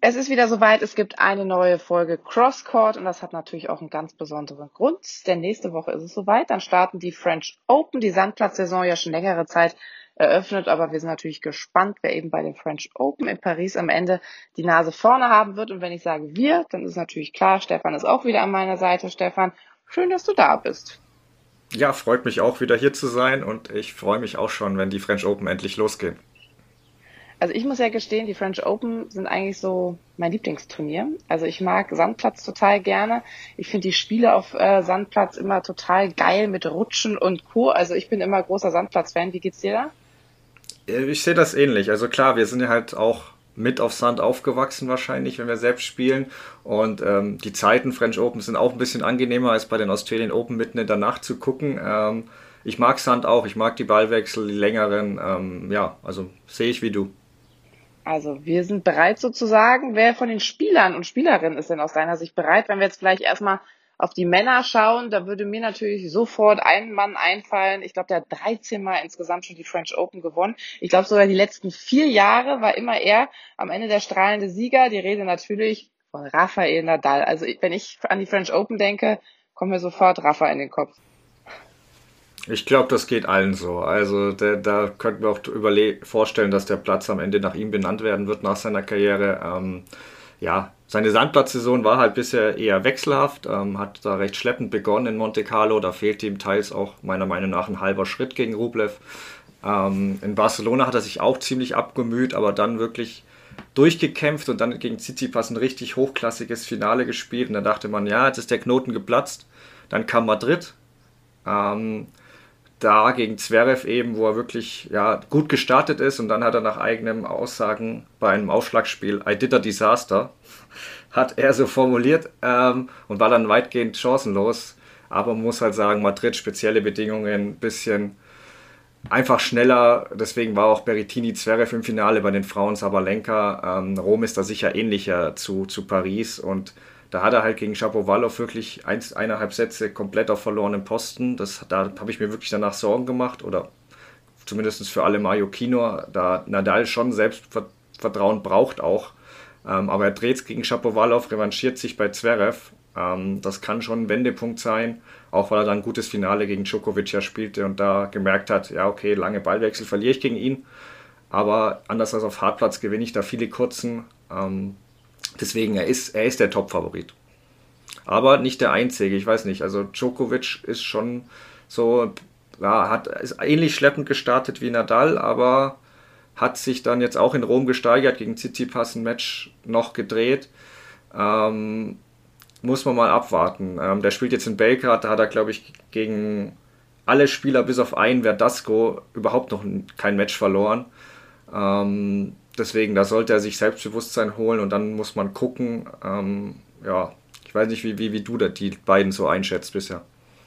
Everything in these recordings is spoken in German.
Es ist wieder soweit, es gibt eine neue Folge Crosscourt und das hat natürlich auch einen ganz besonderen Grund, denn nächste Woche ist es soweit, dann starten die French Open, die Sandplatzsaison ja schon längere Zeit eröffnet, aber wir sind natürlich gespannt, wer eben bei den French Open in Paris am Ende die Nase vorne haben wird. Und wenn ich sage wir, dann ist natürlich klar, Stefan ist auch wieder an meiner Seite. Stefan, schön, dass du da bist. Ja, freut mich auch wieder hier zu sein und ich freue mich auch schon, wenn die French Open endlich losgehen. Also ich muss ja gestehen, die French Open sind eigentlich so mein Lieblingsturnier. Also ich mag Sandplatz total gerne. Ich finde die Spiele auf Sandplatz immer total geil mit Rutschen und Co. Also ich bin immer großer Sandplatz-Fan. Wie geht's dir da? Ich sehe das ähnlich. Also klar, wir sind ja halt auch mit auf Sand aufgewachsen wahrscheinlich, wenn wir selbst spielen. Und die Zeiten French Open sind auch ein bisschen angenehmer als bei den Australian Open mitten in der Nacht zu gucken. Ich mag Sand auch, ich mag die Ballwechsel, die längeren. Ja, also sehe ich wie du. Also wir sind bereit sozusagen. Wer von den Spielern und Spielerinnen ist denn aus deiner Sicht bereit? Wenn wir jetzt vielleicht erstmal auf die Männer schauen, da würde mir natürlich sofort ein Mann einfallen. Ich glaube, der hat 13 Mal insgesamt schon die French Open gewonnen. Ich glaube, sogar die letzten 4 Jahre war immer er am Ende der strahlende Sieger. Die Rede natürlich von Rafael Nadal. Also wenn ich an die French Open denke, kommt mir sofort Rafa in den Kopf. Ich glaube, das geht allen so. Also da könnten wir auch vorstellen, dass der Platz am Ende nach ihm benannt werden wird nach seiner Karriere. Ja, seine Sandplatzsaison war halt bisher eher wechselhaft, hat da recht schleppend begonnen in Monte Carlo. Da fehlte ihm teils auch meiner Meinung nach ein halber Schritt gegen Rublev. In Barcelona hat er sich auch ziemlich abgemüht, aber dann wirklich durchgekämpft und dann gegen Tsitsipas ein richtig hochklassiges Finale gespielt. Und da dachte man, ja, jetzt ist der Knoten geplatzt. Dann kam Madrid. Ähm, Da gegen Zverev eben, wo er wirklich ja, gut gestartet ist und dann hat er nach eigenen Aussagen bei einem Aufschlagspiel I did a disaster, hat er so formuliert und war dann weitgehend chancenlos. Aber man muss halt sagen, Madrid spezielle Bedingungen, bisschen einfach schneller. Deswegen war auch Berrettini Zverev im Finale bei den Frauen Sabalenka. Rom ist da sicher ähnlicher zu Paris und da hat er halt gegen Shapovalov wirklich 1,5 Sätze komplett auf verlorenen Posten. Da habe ich mir wirklich danach Sorgen gemacht oder zumindest für alle Mallorquiner, da Nadal schon Selbstvertrauen braucht auch. Aber er dreht gegen Shapovalov, revanchiert sich bei Zverev. Das kann schon ein Wendepunkt sein, auch weil er dann ein gutes Finale gegen Djokovic ja spielte und da gemerkt hat, ja okay, lange Ballwechsel verliere ich gegen ihn, aber anders als auf Hartplatz gewinne ich da viele kurzen. Deswegen, er ist der Top-Favorit. Aber nicht der einzige, ich weiß nicht. Also Djokovic ist schon so, ja, ist ähnlich schleppend gestartet wie Nadal, aber hat sich dann jetzt auch in Rom gesteigert, gegen Tsitsipas ein Match noch gedreht. Ähm, Muss man mal abwarten. Der spielt jetzt in Belgrad, da hat er, glaube ich, gegen alle Spieler bis auf einen Verdasco überhaupt noch kein Match verloren. Deswegen, da sollte er sich Selbstbewusstsein holen und dann muss man gucken. Ja, ich weiß nicht, wie du da die beiden so einschätzt bisher.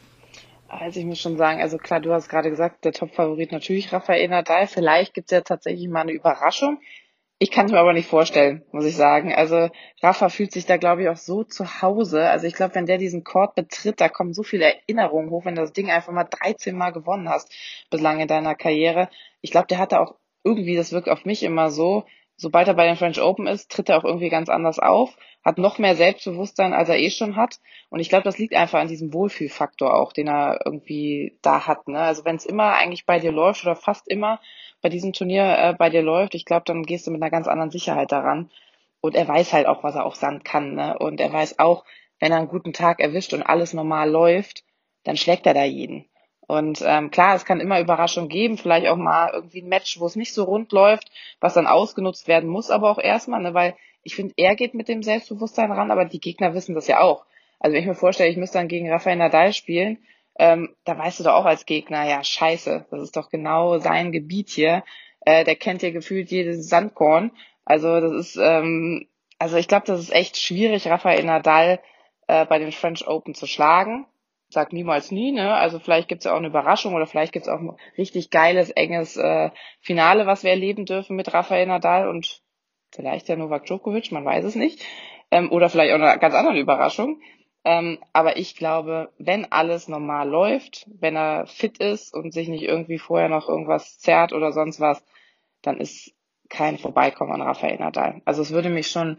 Also ich muss schon sagen, also klar, du hast gerade gesagt, der Top-Favorit natürlich Rafael Nadal. Vielleicht gibt's ja tatsächlich mal eine Überraschung. Ich kann es mir aber nicht vorstellen, muss ich sagen. Also Rafa fühlt sich da, glaube ich, auch so zu Hause. Also ich glaube, wenn der diesen Court betritt, da kommen so viele Erinnerungen hoch, wenn du das Ding einfach mal 13 Mal gewonnen hast bislang in deiner Karriere. Ich glaube, der hat da auch irgendwie, das wirkt auf mich immer so, sobald er bei den French Open ist, tritt er auch irgendwie ganz anders auf, hat noch mehr Selbstbewusstsein, als er eh schon hat. Und ich glaube, das liegt einfach an diesem Wohlfühlfaktor auch, den er irgendwie da hat. Ne? Also wenn es immer eigentlich bei dir läuft oder fast immer, bei diesem Turnier bei dir läuft, ich glaube, dann gehst du mit einer ganz anderen Sicherheit daran. Und er weiß halt auch, was er auf Sand kann. Ne? Und er weiß auch, wenn er einen guten Tag erwischt und alles normal läuft, dann schlägt er da jeden. Und klar, es kann immer Überraschungen geben, vielleicht auch mal irgendwie ein Match, wo es nicht so rund läuft, was dann ausgenutzt werden muss, aber auch erstmal, ne? Weil ich finde, er geht mit dem Selbstbewusstsein ran, aber die Gegner wissen das ja auch. Also wenn ich mir vorstelle, ich müsste dann gegen Rafael Nadal spielen, da weißt du doch auch als Gegner, ja, scheiße, das ist doch genau sein Gebiet hier. Der kennt ja gefühlt jedes Sandkorn. Also das ist, also ich glaube, das ist echt schwierig, Rafael Nadal bei den French Open zu schlagen. Sag niemals nie, ne? Also vielleicht gibt's ja auch eine Überraschung oder vielleicht gibt's auch ein richtig geiles, enges Finale, was wir erleben dürfen mit Rafael Nadal und vielleicht ja Novak Djokovic, man weiß es nicht. Oder vielleicht auch eine ganz andere Überraschung. Aber ich glaube, wenn alles normal läuft, wenn er fit ist und sich nicht irgendwie vorher noch irgendwas zerrt oder sonst was, dann ist kein Vorbeikommen an Rafael Nadal. Also es würde mich schon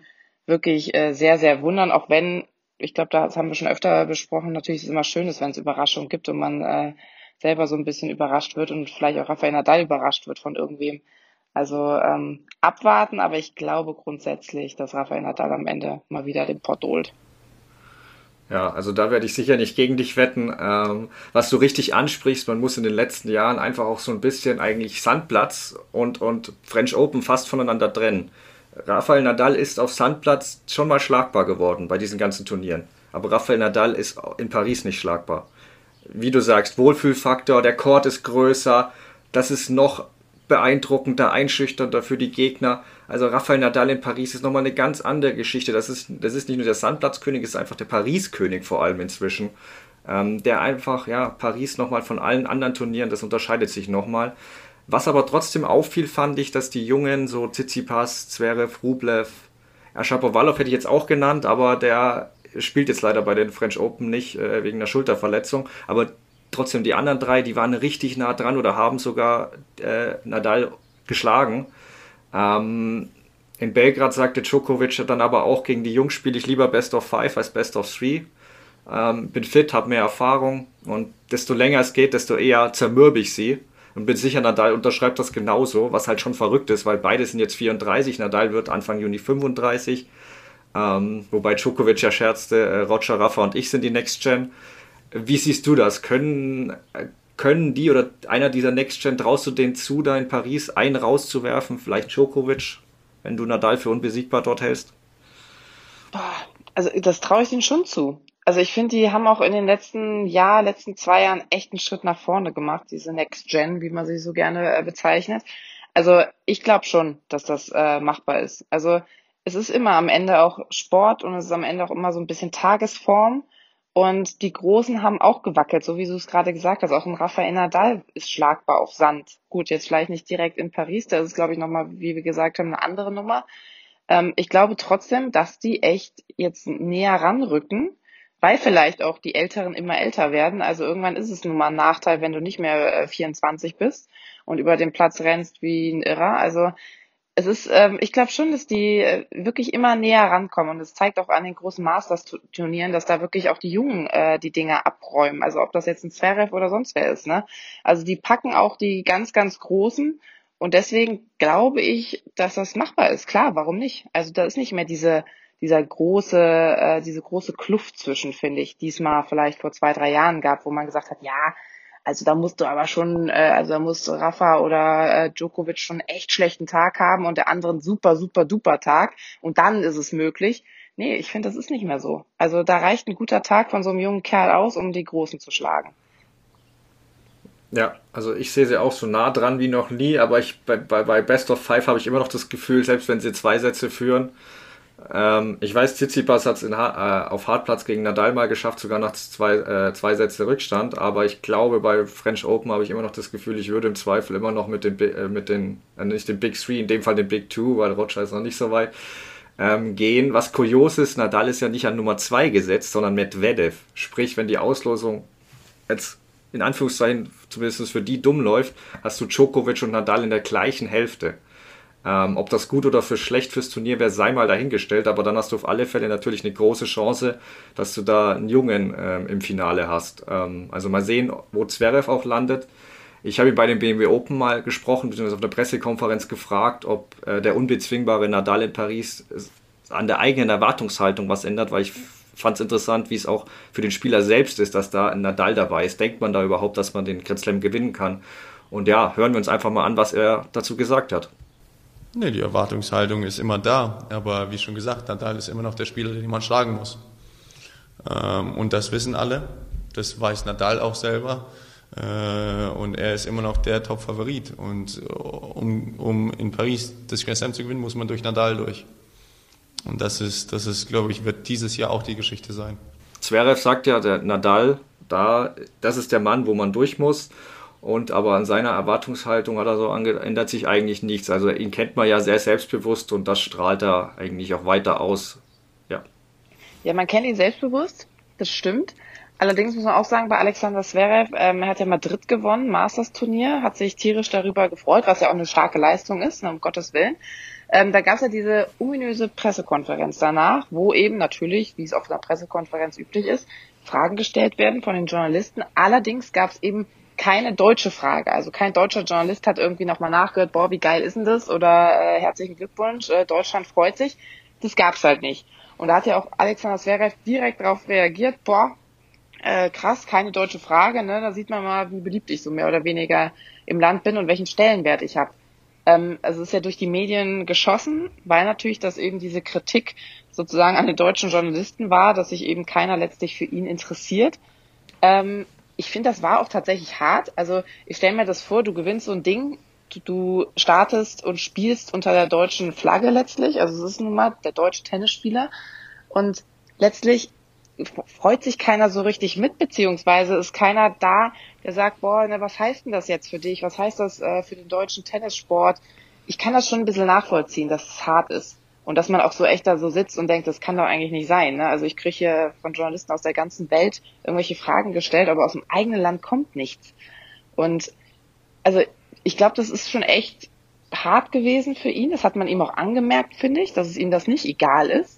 wirklich sehr, sehr wundern, auch wenn, ich glaube, das haben wir schon öfter besprochen, natürlich ist es immer schön, wenn es Überraschungen gibt und man selber so ein bisschen überrascht wird und vielleicht auch Rafael Nadal überrascht wird von irgendwem. Also abwarten, aber ich glaube grundsätzlich, dass Rafael Nadal am Ende mal wieder den Pott holt. Ja, also da werde ich sicher nicht gegen dich wetten. Was du richtig ansprichst, man muss in den letzten Jahren einfach auch so ein bisschen eigentlich Sandplatz und French Open fast voneinander trennen. Rafael Nadal ist auf Sandplatz schon mal schlagbar geworden bei diesen ganzen Turnieren. Aber Rafael Nadal ist in Paris nicht schlagbar. Wie du sagst, Wohlfühlfaktor, der Court ist größer, das ist noch beeindruckender, einschüchternder für die Gegner. Also Rafael Nadal in Paris ist nochmal eine ganz andere Geschichte. Das ist nicht nur der Sandplatzkönig, es ist einfach der Paris-König vor allem inzwischen. Der einfach, ja, Paris nochmal von allen anderen Turnieren, das unterscheidet sich nochmal. Was aber trotzdem auffiel, fand ich, dass die Jungen, so Tsitsipas, Zverev, Rublev, ja, Shapovalov hätte ich jetzt auch genannt, aber der spielt jetzt leider bei den French Open nicht, wegen einer Schulterverletzung. Aber trotzdem, die anderen drei, die waren richtig nah dran oder haben sogar Nadal geschlagen. In Belgrad sagte Djokovic dann aber auch, gegen die Jungs spiele ich lieber Best of Five als Best of Three. Bin fit, habe mehr Erfahrung und desto länger es geht, desto eher zermürbe ich sie. Und bin sicher, Nadal unterschreibt das genauso, was halt schon verrückt ist, weil beide sind jetzt 34, Nadal wird Anfang Juni 35. Wobei Djokovic ja scherzte, Roger, Rafa und ich sind die Next Gen. Wie siehst du das? Können die oder einer dieser Next Gen, traust du denen zu, da in Paris einen rauszuwerfen? Vielleicht Djokovic, wenn du Nadal für unbesiegbar dort hältst? Also das traue ich denen schon zu. Also ich finde, die haben auch in den letzten 2 Jahren echt einen Schritt nach vorne gemacht, diese Next Gen, wie man sie so gerne bezeichnet. Also ich glaube schon, dass das machbar ist. Also es ist immer am Ende auch Sport und es ist am Ende auch immer so ein bisschen Tagesform. Und die Großen haben auch gewackelt, so wie du es gerade gesagt hast. Auch ein Rafael Nadal ist schlagbar auf Sand. Gut, jetzt vielleicht nicht direkt in Paris, da ist es, glaube ich, nochmal, wie wir gesagt haben, eine andere Nummer. Ich glaube trotzdem, dass die echt jetzt näher ranrücken, weil vielleicht auch die Älteren immer älter werden. Also irgendwann ist es nun mal ein Nachteil, wenn du nicht mehr 24 bist und über den Platz rennst wie ein Irrer. Also es ist, ich glaube schon, dass die wirklich immer näher rankommen. Und es zeigt auch an den großen Masters-Turnieren, dass da wirklich auch die Jungen die Dinger abräumen. Also ob das jetzt ein Zverev oder sonst wer ist, ne? Also die packen auch die ganz, ganz Großen. Und deswegen glaube ich, dass das machbar ist. Klar, warum nicht? Also da ist nicht mehr diese große Kluft zwischen, finde ich, die es mal vielleicht vor 2, 3 Jahren gab, wo man gesagt hat, ja, also da musst du aber schon, also da muss Rafa oder Djokovic schon einen echt schlechten Tag haben und der andere einen super, super, duper Tag und dann ist es möglich. Nee, ich finde, das ist nicht mehr so. Also da reicht ein guter Tag von so einem jungen Kerl aus, um die Großen zu schlagen. Ja, also ich sehe sie auch so nah dran wie noch nie, aber bei Best of Five habe ich immer noch das Gefühl, selbst wenn sie 2 Sätze führen, ich weiß, Tsitsipas hat es auf Hartplatz gegen Nadal mal geschafft, sogar nach 2 Sätze Rückstand. Aber ich glaube, bei French Open habe ich immer noch das Gefühl, ich würde im Zweifel immer noch nicht den Big Three, in dem Fall den Big Two, weil Roger ist noch nicht so weit, gehen. Was kurios ist, Nadal ist ja nicht an Nummer 2 gesetzt, sondern Medvedev. Sprich, wenn die Auslosung jetzt in Anführungszeichen zumindest für die dumm läuft, hast du Djokovic und Nadal in der gleichen Hälfte. Ob das gut oder für schlecht fürs Turnier wäre, sei mal dahingestellt, aber dann hast du auf alle Fälle natürlich eine große Chance, dass du da einen Jungen im Finale hast. Also mal sehen, wo Zverev auch landet. Ich habe ihn bei den BMW Open mal gesprochen, beziehungsweise auf der Pressekonferenz gefragt, ob der unbezwingbare Nadal in Paris an der eigenen Erwartungshaltung was ändert, weil ich fand es interessant, wie es auch für den Spieler selbst ist, dass da ein Nadal dabei ist. Denkt man da überhaupt, dass man den Grand Slam gewinnen kann? Und ja, hören wir uns einfach mal an, was er dazu gesagt hat. Nee, die Erwartungshaltung ist immer da, aber wie schon gesagt, Nadal ist immer noch der Spieler, den man schlagen muss. Und das wissen alle, das weiß Nadal auch selber und er ist immer noch der Top-Favorit. Und um in Paris das Grand Slam zu gewinnen, muss man durch Nadal durch. Und das ist, glaube ich, wird dieses Jahr auch die Geschichte sein. Zverev sagt ja, der Nadal, das ist der Mann, wo man durch muss. Und aber an seiner Erwartungshaltung ändert sich eigentlich nichts. Also ihn kennt man ja sehr selbstbewusst und das strahlt er eigentlich auch weiter aus. Ja. Ja, man kennt ihn selbstbewusst, das stimmt. Allerdings muss man auch sagen, bei Alexander Zverev, er hat ja Madrid gewonnen, Masters-Turnier, hat sich tierisch darüber gefreut, was ja auch eine starke Leistung ist, ne, um Gottes Willen. Da gab es ja diese ominöse Pressekonferenz danach, wo eben natürlich, wie es auf einer Pressekonferenz üblich ist, Fragen gestellt werden von den Journalisten. Allerdings gab es eben keine deutsche Frage. Also kein deutscher Journalist hat irgendwie nochmal nachgehört, boah, wie geil ist denn das? Oder herzlichen Glückwunsch, Deutschland freut sich. Das gab's halt nicht. Und da hat ja auch Alexander Zverev direkt darauf reagiert, boah, krass, keine deutsche Frage, ne? Da sieht man mal, wie beliebt ich so mehr oder weniger im Land bin und welchen Stellenwert ich habe. Also es ist ja durch die Medien geschossen, weil natürlich das eben diese Kritik sozusagen an den deutschen Journalisten war, dass sich eben keiner letztlich für ihn interessiert. Ich finde, das war auch tatsächlich hart. Also ich stelle mir das vor, du gewinnst so ein Ding, du startest und spielst unter der deutschen Flagge letztlich. Also es ist nun mal der deutsche Tennisspieler. Und letztlich freut sich keiner so richtig mit, beziehungsweise ist keiner da, der sagt, boah, ne, was heißt denn das jetzt für dich? Was heißt das für den deutschen Tennissport? Ich kann das schon ein bisschen nachvollziehen, dass es hart ist. Und dass man auch so echt da so sitzt und denkt, das kann doch eigentlich nicht sein. Ne? Also ich kriege hier von Journalisten aus der ganzen Welt irgendwelche Fragen gestellt, aber aus dem eigenen Land kommt nichts. Und also ich glaube, das ist schon echt hart gewesen für ihn. Das hat man ihm auch angemerkt, finde ich, dass es ihm das nicht egal ist.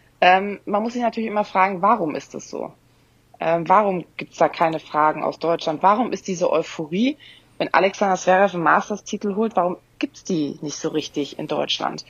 Man muss sich natürlich immer fragen, warum ist das so? Warum gibt's da keine Fragen aus Deutschland? Warum ist diese Euphorie, wenn Alexander Zverev einen Masters-Titel holt, warum gibt's die nicht so richtig in Deutschland?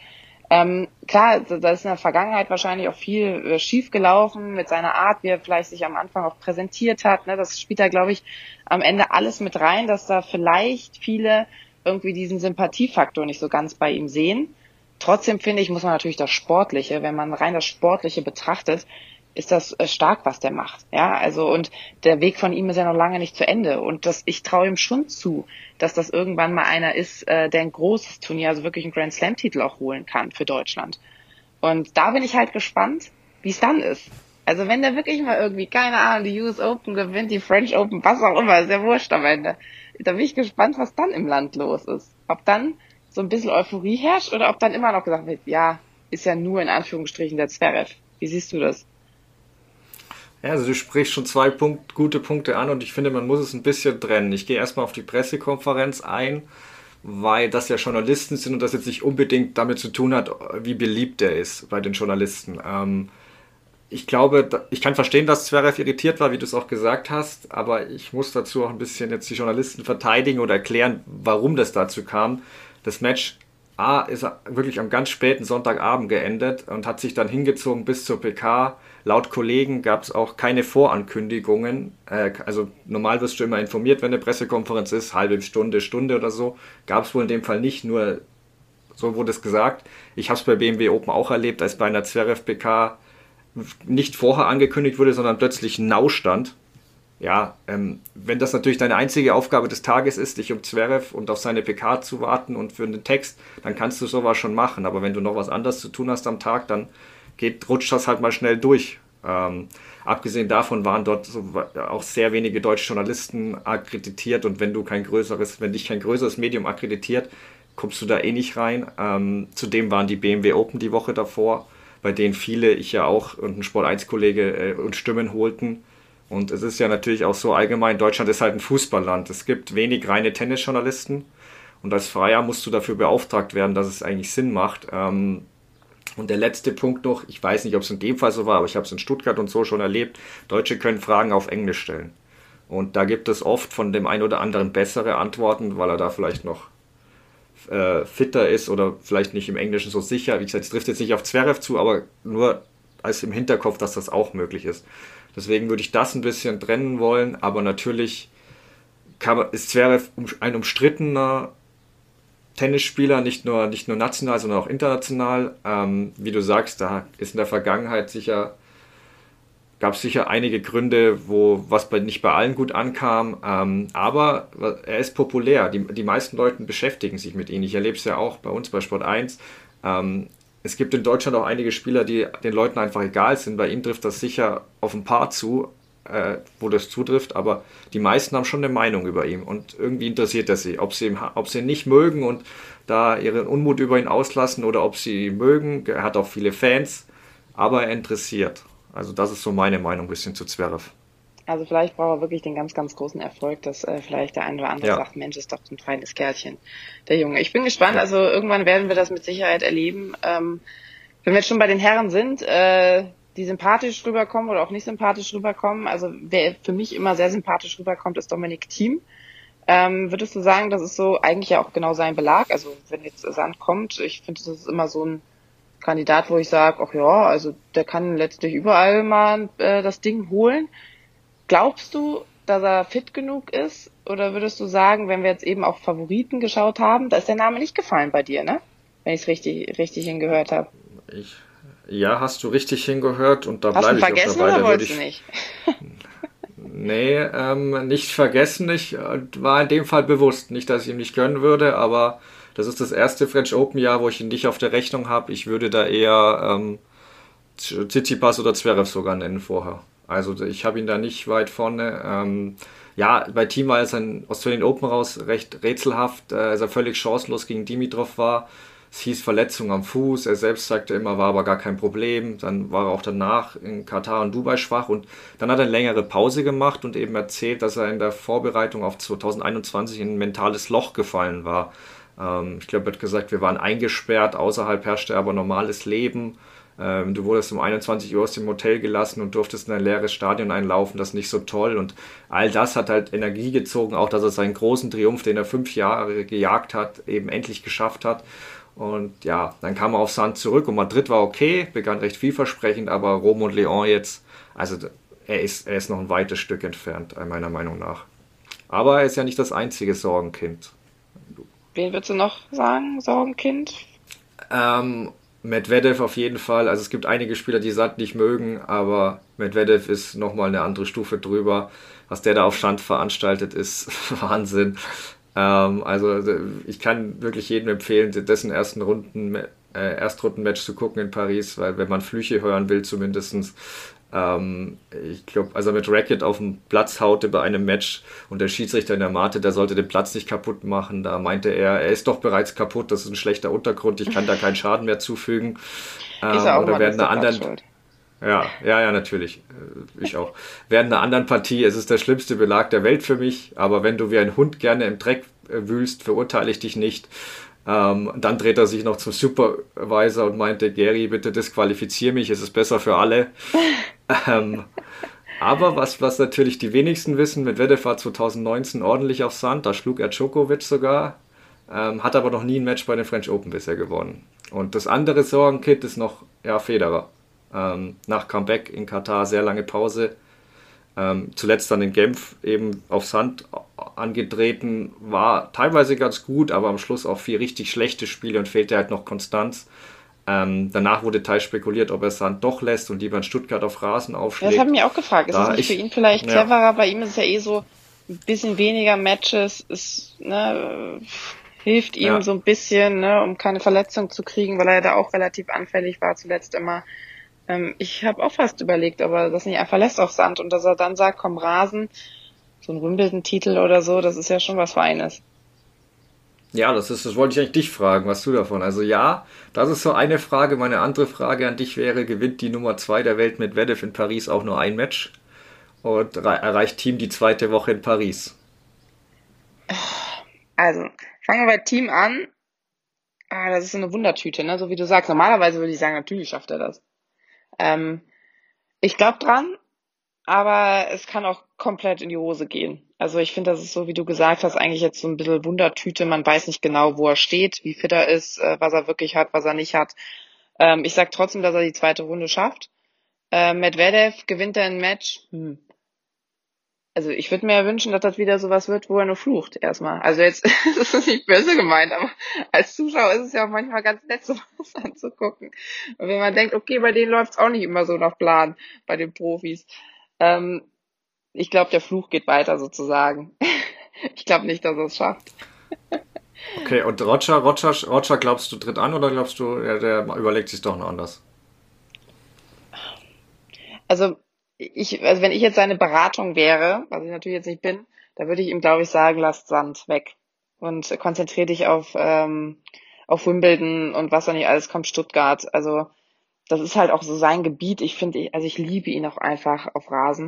Klar, da ist in der Vergangenheit wahrscheinlich auch viel schief gelaufen mit seiner Art, wie er vielleicht sich am Anfang auch präsentiert hat. Ne? Das spielt da, glaube ich, am Ende alles mit rein, dass da vielleicht viele irgendwie diesen Sympathiefaktor nicht so ganz bei ihm sehen. Trotzdem finde ich, muss man natürlich das Sportliche, wenn man rein das Sportliche betrachtet, ist das stark, was der macht. Ja, also und der Weg von ihm ist ja noch lange nicht zu Ende. Und ich traue ihm schon zu, dass das irgendwann mal einer ist, der ein großes Turnier, also wirklich einen Grand Slam-Titel auch holen kann für Deutschland. Und da bin ich halt gespannt, wie es dann ist. Also wenn der wirklich mal irgendwie, keine Ahnung, die US Open gewinnt, die French Open, was auch immer, ist ja wurscht am Ende. Da bin ich gespannt, was dann im Land los ist. Ob dann so ein bisschen Euphorie herrscht oder ob dann immer noch gesagt wird, ja, ist ja nur in Anführungsstrichen der Zverev. Wie siehst du das? Ja, also du sprichst schon zwei gute Punkte an und ich finde, man muss es ein bisschen trennen. Ich gehe erstmal auf die Pressekonferenz ein, weil das ja Journalisten sind und das jetzt nicht unbedingt damit zu tun hat, wie beliebt er ist bei den Journalisten. Ich glaube, ich kann verstehen, dass Zverev irritiert war, wie du es auch gesagt hast, aber ich muss dazu auch ein bisschen jetzt die Journalisten verteidigen oder erklären, warum das dazu kam. Das Match ist wirklich am ganz späten Sonntagabend geendet und hat sich dann hingezogen bis zur PK. Laut Kollegen gab es auch keine Vorankündigungen. Also normal wirst du immer informiert, wenn eine Pressekonferenz ist, halbe Stunde, Stunde oder so. Gab es wohl in dem Fall nicht, nur so wurde es gesagt. Ich habe es bei BMW Open auch erlebt, als bei einer Zverev PK nicht vorher angekündigt wurde, sondern plötzlich Now stand. Ja, wenn das natürlich deine einzige Aufgabe des Tages ist, dich um Zverev und auf seine PK zu warten und für einen Text, dann kannst du sowas schon machen. Aber wenn du noch was anderes zu tun hast am Tag, dann rutscht das halt mal schnell durch. Abgesehen davon waren dort auch sehr wenige deutsche Journalisten akkreditiert und wenn dich kein größeres Medium akkreditiert, kommst du da eh nicht rein. Zudem waren die BMW Open die Woche davor, bei denen viele, ich ja auch und ein Sport1-Kollege uns Stimmen holten. Und es ist ja natürlich auch so allgemein, Deutschland ist halt ein Fußballland. Es gibt wenig reine Tennisjournalisten und als Freier musst du dafür beauftragt werden, dass es eigentlich Sinn macht. Und der letzte Punkt noch, ich weiß nicht, ob es in dem Fall so war, aber ich habe es in Stuttgart und so schon erlebt, Deutsche können Fragen auf Englisch stellen. Und da gibt es oft von dem einen oder anderen bessere Antworten, weil er da vielleicht noch fitter ist oder vielleicht nicht im Englischen so sicher. Wie gesagt, es trifft jetzt nicht auf Zverev zu, aber nur als im Hinterkopf, dass das auch möglich ist. Deswegen würde ich das ein bisschen trennen wollen, aber natürlich ist Zverev ein umstrittener Tennisspieler, nicht nur national, sondern auch international. Wie du sagst, da ist in der Vergangenheit gab es sicher einige Gründe, was nicht bei allen gut ankam, aber er ist populär. Die meisten Leute beschäftigen sich mit ihm. Ich erlebe es ja auch bei uns bei Sport1. Es gibt in Deutschland auch einige Spieler, die den Leuten einfach egal sind. Bei ihm trifft das sicher auf ein paar zu, wo das zutrifft, aber die meisten haben schon eine Meinung über ihn und irgendwie interessiert er sie. Ob sie ihn nicht mögen und da ihren Unmut über ihn auslassen oder ob sie ihn mögen. Er hat auch viele Fans, aber er interessiert. Also das ist so meine Meinung ein bisschen zu Zverev. Also vielleicht braucht er wirklich den ganz, ganz großen Erfolg, dass vielleicht der eine oder andere Ja, sagt, Mensch, ist doch ein feines Kerlchen, der Junge. Ich bin gespannt, ja. also irgendwann werden wir das mit Sicherheit erleben. Wenn wir jetzt schon bei den Herren sind, die sympathisch rüberkommen oder auch nicht sympathisch rüberkommen, also wer für mich immer sehr sympathisch rüberkommt, ist Dominik Thiem. Würdest du sagen, das ist so eigentlich ja auch genau sein Belag? Also wenn jetzt Sand kommt, ich finde, das ist immer so ein Kandidat, wo ich sage, ach ja, also der kann letztlich überall mal das Ding holen. Glaubst du, dass er fit genug ist? Oder würdest du sagen, wenn wir jetzt eben auf Favoriten geschaut haben, da ist der Name nicht gefallen bei dir, ne? Wenn ich es richtig hingehört habe. Ich, ja, hast du richtig hingehört und da Hast du ihn bleibe ich auch vergessen dabei. oder Da würde wolltest du ich, nicht? nee, nicht vergessen. Ich war in dem Fall bewusst. Nicht, dass ich ihm nicht gönnen würde, aber das ist das erste French Open Jahr, wo ich ihn nicht auf der Rechnung habe. Ich würde da eher Tsitsipas oder Zverev sogar nennen vorher. Also ich habe ihn da nicht weit vorne. Ja, bei Team war es ein Australian Open raus recht rätselhaft, als er völlig chancenlos gegen Dimitrov war. Es hieß Verletzung am Fuß. Er selbst sagte immer, war aber gar kein Problem. Dann war er auch danach in Katar und Dubai schwach und dann hat er eine längere Pause gemacht und eben erzählt, dass er in der Vorbereitung auf 2021 in ein mentales Loch gefallen war. Ich glaube, er hat gesagt, wir waren eingesperrt, außerhalb herrschte aber normales Leben. Du wurdest um 21 Uhr aus dem Hotel gelassen und durftest in ein leeres Stadion einlaufen, das ist nicht so toll. Und all das hat halt Energie gezogen, auch dass er seinen großen Triumph, den er 5 Jahre gejagt hat, eben endlich geschafft hat. Und ja, dann kam er auf Sand zurück und Madrid war okay, begann recht vielversprechend, aber Rom und Leon jetzt, also er ist noch ein weites Stück entfernt, meiner Meinung nach. Aber er ist ja nicht das einzige Sorgenkind. Wen würdest du noch sagen, Sorgenkind? Ähm, Medvedev auf jeden Fall. Also es gibt einige Spieler, die Sand nicht mögen, aber Medvedev ist nochmal eine andere Stufe drüber. Was der da auf Sand veranstaltet, ist Wahnsinn. Also ich kann wirklich jedem empfehlen, dessen Erstrundenmatch zu gucken in Paris, weil wenn man Flüche hören will zumindestens, ich glaube, also mit Racket auf dem Platz haute bei einem Match und der Schiedsrichter in der Mate, der sollte den Platz nicht kaputt machen. Da meinte er ist doch bereits kaputt, das ist ein schlechter Untergrund, ich kann da keinen Schaden mehr zufügen. Ist er auch Oder mal ein während einer Stück weit anderen, schuld. ja, natürlich, ich auch. Während einer anderen Partie, es ist der schlimmste Belag der Welt für mich, aber wenn du wie ein Hund gerne im Dreck wühlst, verurteile ich dich nicht. Dann dreht er sich noch zum Supervisor und meinte, Gary, bitte disqualifizier mich, es ist besser für alle. Ähm, aber was natürlich die wenigsten wissen, Medvedev war 2019 ordentlich auf Sand, da schlug er Djokovic sogar, hat aber noch nie ein Match bei den French Open bisher gewonnen. Und das andere Sorgenkind ist noch, ja, Federer. Nach Comeback in Katar, sehr lange Pause. Zuletzt dann in Genf eben auf Sand angetreten, war teilweise ganz gut, aber am Schluss auch 4 richtig schlechte Spiele und fehlte halt noch Konstanz. Danach wurde teils spekuliert, ob er Sand doch lässt und lieber in Stuttgart auf Rasen Ja, das habe ich aufschlägt. mich auch gefragt. Ist es Da nicht für ich, ihn vielleicht ja, cleverer? Bei ihm ist es ja eh so ein bisschen weniger Matches, ist, ne, hilft ihm ja, so ein bisschen, ne, um keine Verletzung zu kriegen, weil er da auch relativ anfällig war zuletzt immer. Ich habe auch fast überlegt, ob er das nicht einfach lässt auf Sand und dass er dann sagt, komm Rasen, so ein Wimbledon-Titel oder so, das ist ja schon was Feines. ja, das wollte ich eigentlich dich fragen, was du davon. Also ja, das ist so eine Frage. Meine andere Frage an dich wäre, gewinnt die Nummer 2 der Welt mit Medvedev in Paris auch nur ein Match und erreicht Team die zweite Woche in Paris? Also, fangen wir bei Team an. Das ist so eine Wundertüte, ne? So wie du sagst. Normalerweise würde ich sagen, natürlich schafft er das. Ähm, Ich glaube dran, aber es kann auch komplett in die Hose gehen. Also ich finde, das ist so, wie du gesagt hast, eigentlich jetzt so ein bisschen Wundertüte. Man weiß nicht genau, wo er steht, wie fit er ist, was er wirklich hat, was er nicht hat. Ich sag trotzdem, dass er die zweite Runde schafft. Medvedev gewinnt er ein Match. Also ich würde mir ja wünschen, dass das wieder sowas wird, wo er nur flucht erstmal. Also jetzt das ist nicht böse gemeint, aber als Zuschauer ist es ja auch manchmal ganz nett, sowas anzugucken. Und wenn man denkt, okay, bei denen läuft's auch nicht immer so nach Plan, bei den Profis. Ähm, Ich glaube, der Fluch geht weiter sozusagen. Ich glaube nicht, dass er es schafft. Okay, und Roger, glaubst du, tritt an oder glaubst du, ja, der überlegt sich doch noch anders? Also also wenn ich jetzt seine Beratung wäre, was ich natürlich jetzt nicht bin, da würde ich ihm, glaube ich, sagen, lass Sand weg und konzentriere dich auf Wimbledon und was da nicht alles kommt, Stuttgart. Also das ist halt auch so sein Gebiet. Ich finde, also ich liebe ihn auch einfach auf Rasen.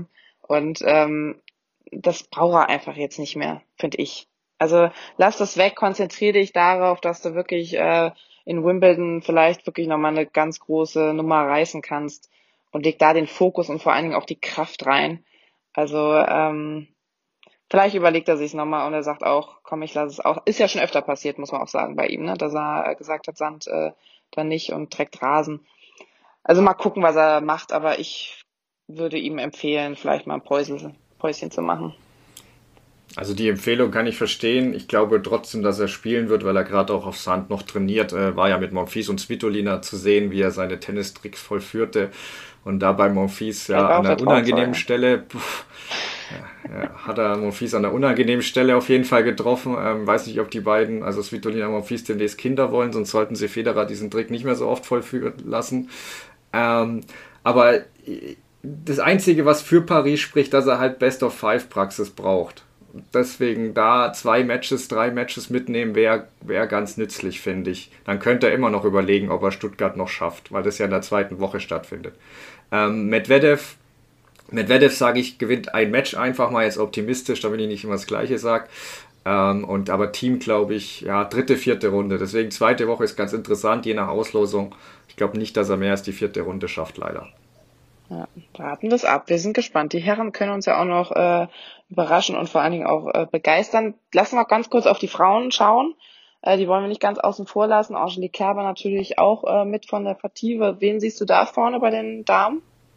Und das braucht er einfach jetzt nicht mehr, finde ich. Also lass das weg, konzentriere dich darauf, dass du wirklich in Wimbledon vielleicht wirklich nochmal eine ganz große Nummer reißen kannst und leg da den Fokus und vor allen Dingen auch die Kraft rein. Also vielleicht überlegt er sich nochmal und er sagt auch, komm, ich lasse es auch. Ist ja schon öfter passiert, muss man auch sagen, bei ihm, ne? Dass er gesagt hat, Sand dann nicht und trägt Rasen. Also mal gucken, was er macht, aber ich würde ihm empfehlen, vielleicht mal ein Päuschen zu machen. Also die Empfehlung kann ich verstehen. Ich glaube trotzdem, dass er spielen wird, weil er gerade auch auf Sand noch trainiert. War ja mit Monfils und Svitolina zu sehen, wie er seine Tennistricks vollführte. Und da bei Monfils ja an einer unangenehmen Stelle, hat er Monfils an einer unangenehmen Stelle auf jeden Fall getroffen. Weiß nicht, ob die beiden, also Svitolina und Monfils, demnächst Kinder wollen, sonst sollten sie Federer diesen Trick nicht mehr so oft vollführen lassen. Aber das Einzige, was für Paris spricht, dass er halt Best-of-5-Praxis braucht. Deswegen da 3 Matches mitnehmen wäre ganz nützlich, finde ich. Dann könnte er immer noch überlegen, ob er Stuttgart noch schafft, weil das ja in der zweiten Woche stattfindet. Medvedev, sage ich, gewinnt ein Match einfach mal jetzt optimistisch, damit ich nicht immer das Gleiche sage. Aber Team, glaube ich, ja, 3., 4. Runde. Deswegen 2. Woche ist ganz interessant, je nach Auslosung. Ich glaube nicht, dass er mehr als die 4. Runde schafft, leider. Ja, warten wir es ab. Wir sind gespannt. Die Herren können uns ja auch noch überraschen und vor allen Dingen auch begeistern. Lassen wir ganz kurz auf die Frauen schauen. Die wollen wir nicht ganz außen vor lassen. Angelique Kerber natürlich auch mit von der Partie. Wen siehst du da vorne bei den Damen?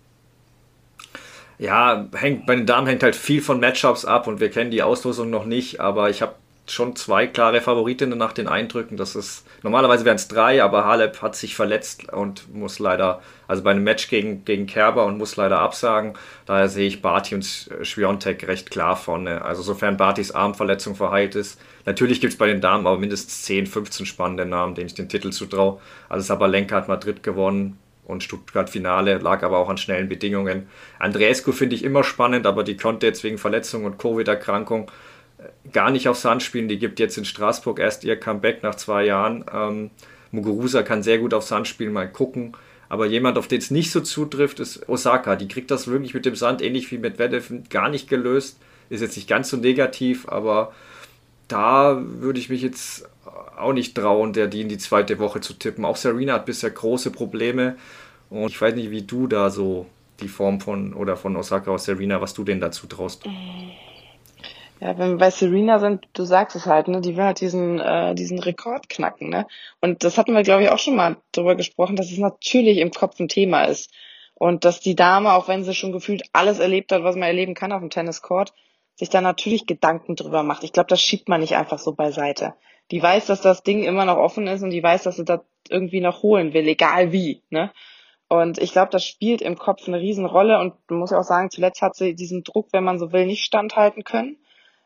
Ja, bei den Damen hängt halt viel von Matchups ab und wir kennen die Auslosung noch nicht, aber ich habe schon 2 klare Favoritinnen nach den Eindrücken. Das ist, normalerweise wären es 3, aber Halep hat sich verletzt und muss leider, also bei einem Match gegen Kerber und muss leider absagen. Daher sehe ich Barty und Swiatek recht klar vorne. Also sofern Bartys Armverletzung verheilt ist. Natürlich gibt es bei den Damen aber mindestens 10, 15 spannende Namen, denen ich den Titel zutraue. Also Sabalenka hat Madrid gewonnen und Stuttgart-Finale, lag aber auch an schnellen Bedingungen. Andreescu finde ich immer spannend, aber die konnte jetzt wegen Verletzung und Covid-Erkrankung gar nicht auf Sand spielen. Die gibt jetzt in Straßburg erst ihr Comeback nach 2 Jahren. Muguruza kann sehr gut auf Sand spielen, mal gucken. Aber jemand, auf den es nicht so zutrifft, ist Osaka. Die kriegt das wirklich mit dem Sand, ähnlich wie mit Medvedev, gar nicht gelöst. Ist jetzt nicht ganz so negativ, aber da würde ich mich jetzt auch nicht trauen, die in die 2. Woche zu tippen. Auch Serena hat bisher große Probleme. Und ich weiß nicht, wie du da so die Form von Osaka oder Serena, was du denen dazu traust. Ja, wenn wir bei Serena sind, du sagst es halt, ne, die will halt diesen Rekord knacken, ne? Und das hatten wir, glaube ich, auch schon mal drüber gesprochen, dass es natürlich im Kopf ein Thema ist. Und dass die Dame, auch wenn sie schon gefühlt alles erlebt hat, was man erleben kann auf dem Tenniscourt, sich da natürlich Gedanken drüber macht. Ich glaube, das schiebt man nicht einfach so beiseite. Die weiß, dass das Ding immer noch offen ist und die weiß, dass sie das irgendwie noch holen will, egal wie, ne? Und ich glaube, das spielt im Kopf eine Riesenrolle und man muss ja auch sagen, zuletzt hat sie diesen Druck, wenn man so will, nicht standhalten können.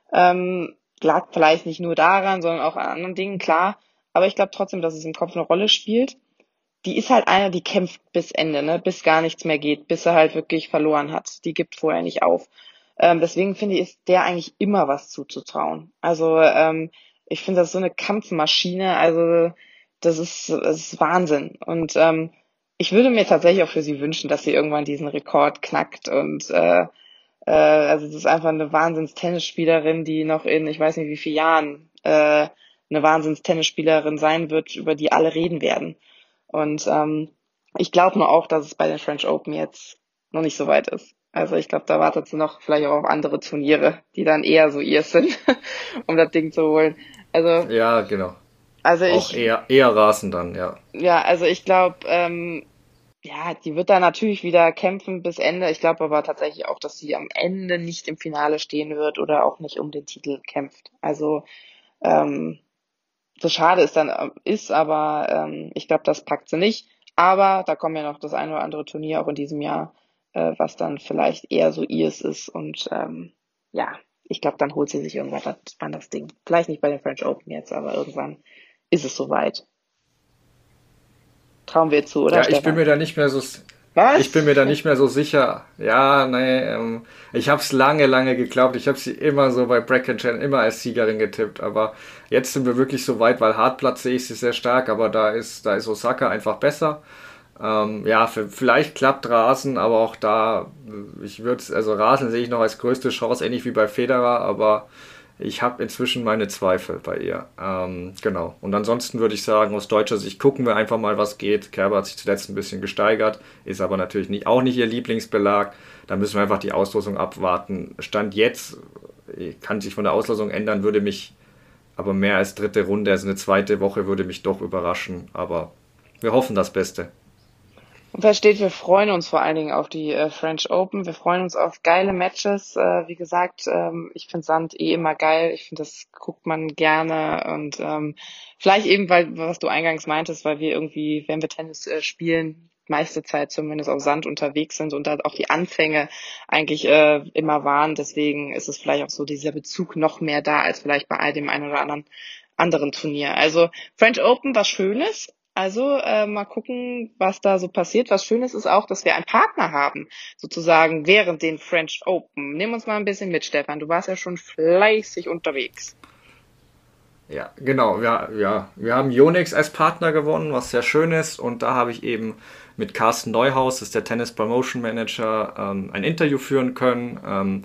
Lag vielleicht nicht nur daran, sondern auch an anderen Dingen, klar. Aber ich glaube trotzdem, dass es im Kopf eine Rolle spielt. Die ist halt einer, die kämpft bis Ende, ne, bis gar nichts mehr geht, bis er halt wirklich verloren hat. Die gibt vorher nicht auf. Deswegen finde ich, ist der eigentlich immer was zuzutrauen. Also ich finde, das ist so eine Kampfmaschine. Also das ist Wahnsinn. Und ich würde mir tatsächlich auch für sie wünschen, dass sie irgendwann diesen Rekord knackt und also das ist einfach eine Wahnsinns-Tennisspielerin, die noch in, ich weiß nicht wie vielen Jahren, eine Wahnsinns-Tennisspielerin sein wird, über die alle reden werden. Und ich glaube nur auch, dass es bei den French Open jetzt noch nicht so weit ist. Also ich glaube, da wartet sie noch vielleicht auch auf andere Turniere, die dann eher so ihr sind, um das Ding zu holen. Also ja, genau. Also auch eher Rasen dann, ja. Ja, also ich glaube, ja, die wird da natürlich wieder kämpfen bis Ende. Ich glaube aber tatsächlich auch, dass sie am Ende nicht im Finale stehen wird oder auch nicht um den Titel kämpft. Also so schade es dann ist, aber ich glaube, das packt sie nicht. Aber da kommen ja noch das ein oder andere Turnier auch in diesem Jahr, was dann vielleicht eher so ihrs ist. Und ja, ich glaube, dann holt sie sich irgendwann das Ding. Vielleicht nicht bei den French Open jetzt, aber irgendwann ist es soweit. Trauen wir zu, oder? Ja, ich bin mir da nicht mehr so. Was? Ich bin mir da nicht mehr so sicher. Ja, nee, ich habe es lange geglaubt. Ich habe sie immer so bei Bracket Challenge immer als Siegerin getippt. Aber jetzt sind wir wirklich so weit, weil Hartplatz sehe ich sie sehr stark, aber da ist Osaka einfach besser. Ja, vielleicht klappt Rasen, aber auch da, also Rasen sehe ich noch als größte Chance, ähnlich wie bei Federer, aber ich habe inzwischen meine Zweifel bei ihr. Genau. Und ansonsten würde ich sagen, aus deutscher Sicht gucken wir einfach mal, was geht. Kerber hat sich zuletzt ein bisschen gesteigert, ist aber natürlich auch nicht ihr Lieblingsbelag. Da müssen wir einfach die Auslosung abwarten. Stand jetzt kann sich von der Auslosung ändern, würde mich aber mehr als dritte Runde, also eine zweite Woche würde mich doch überraschen. Aber wir hoffen das Beste. Und versteht, wir freuen uns vor allen Dingen auf die French Open. Wir freuen uns auf geile Matches. Wie gesagt, ich finde Sand immer geil. Ich finde, das guckt man gerne. Und vielleicht eben, weil, was du eingangs meintest, weil wir irgendwie, wenn wir Tennis spielen, meiste Zeit zumindest auf Sand unterwegs sind und da auch die Anfänge eigentlich immer waren. Deswegen ist es vielleicht auch so dieser Bezug noch mehr da als vielleicht bei all dem einen oder anderen Turnier. Also French Open, was Schönes. Also mal gucken, was da so passiert. Was Schönes ist auch, dass wir einen Partner haben, sozusagen während den French Open. Nimm uns mal ein bisschen mit, Stefan. Du warst ja schon fleißig unterwegs. Ja, genau. Wir haben Yonex als Partner gewonnen, was sehr schön ist. Und da habe ich eben mit Carsten Neuhaus, das ist der Tennis Promotion Manager, ein Interview führen können.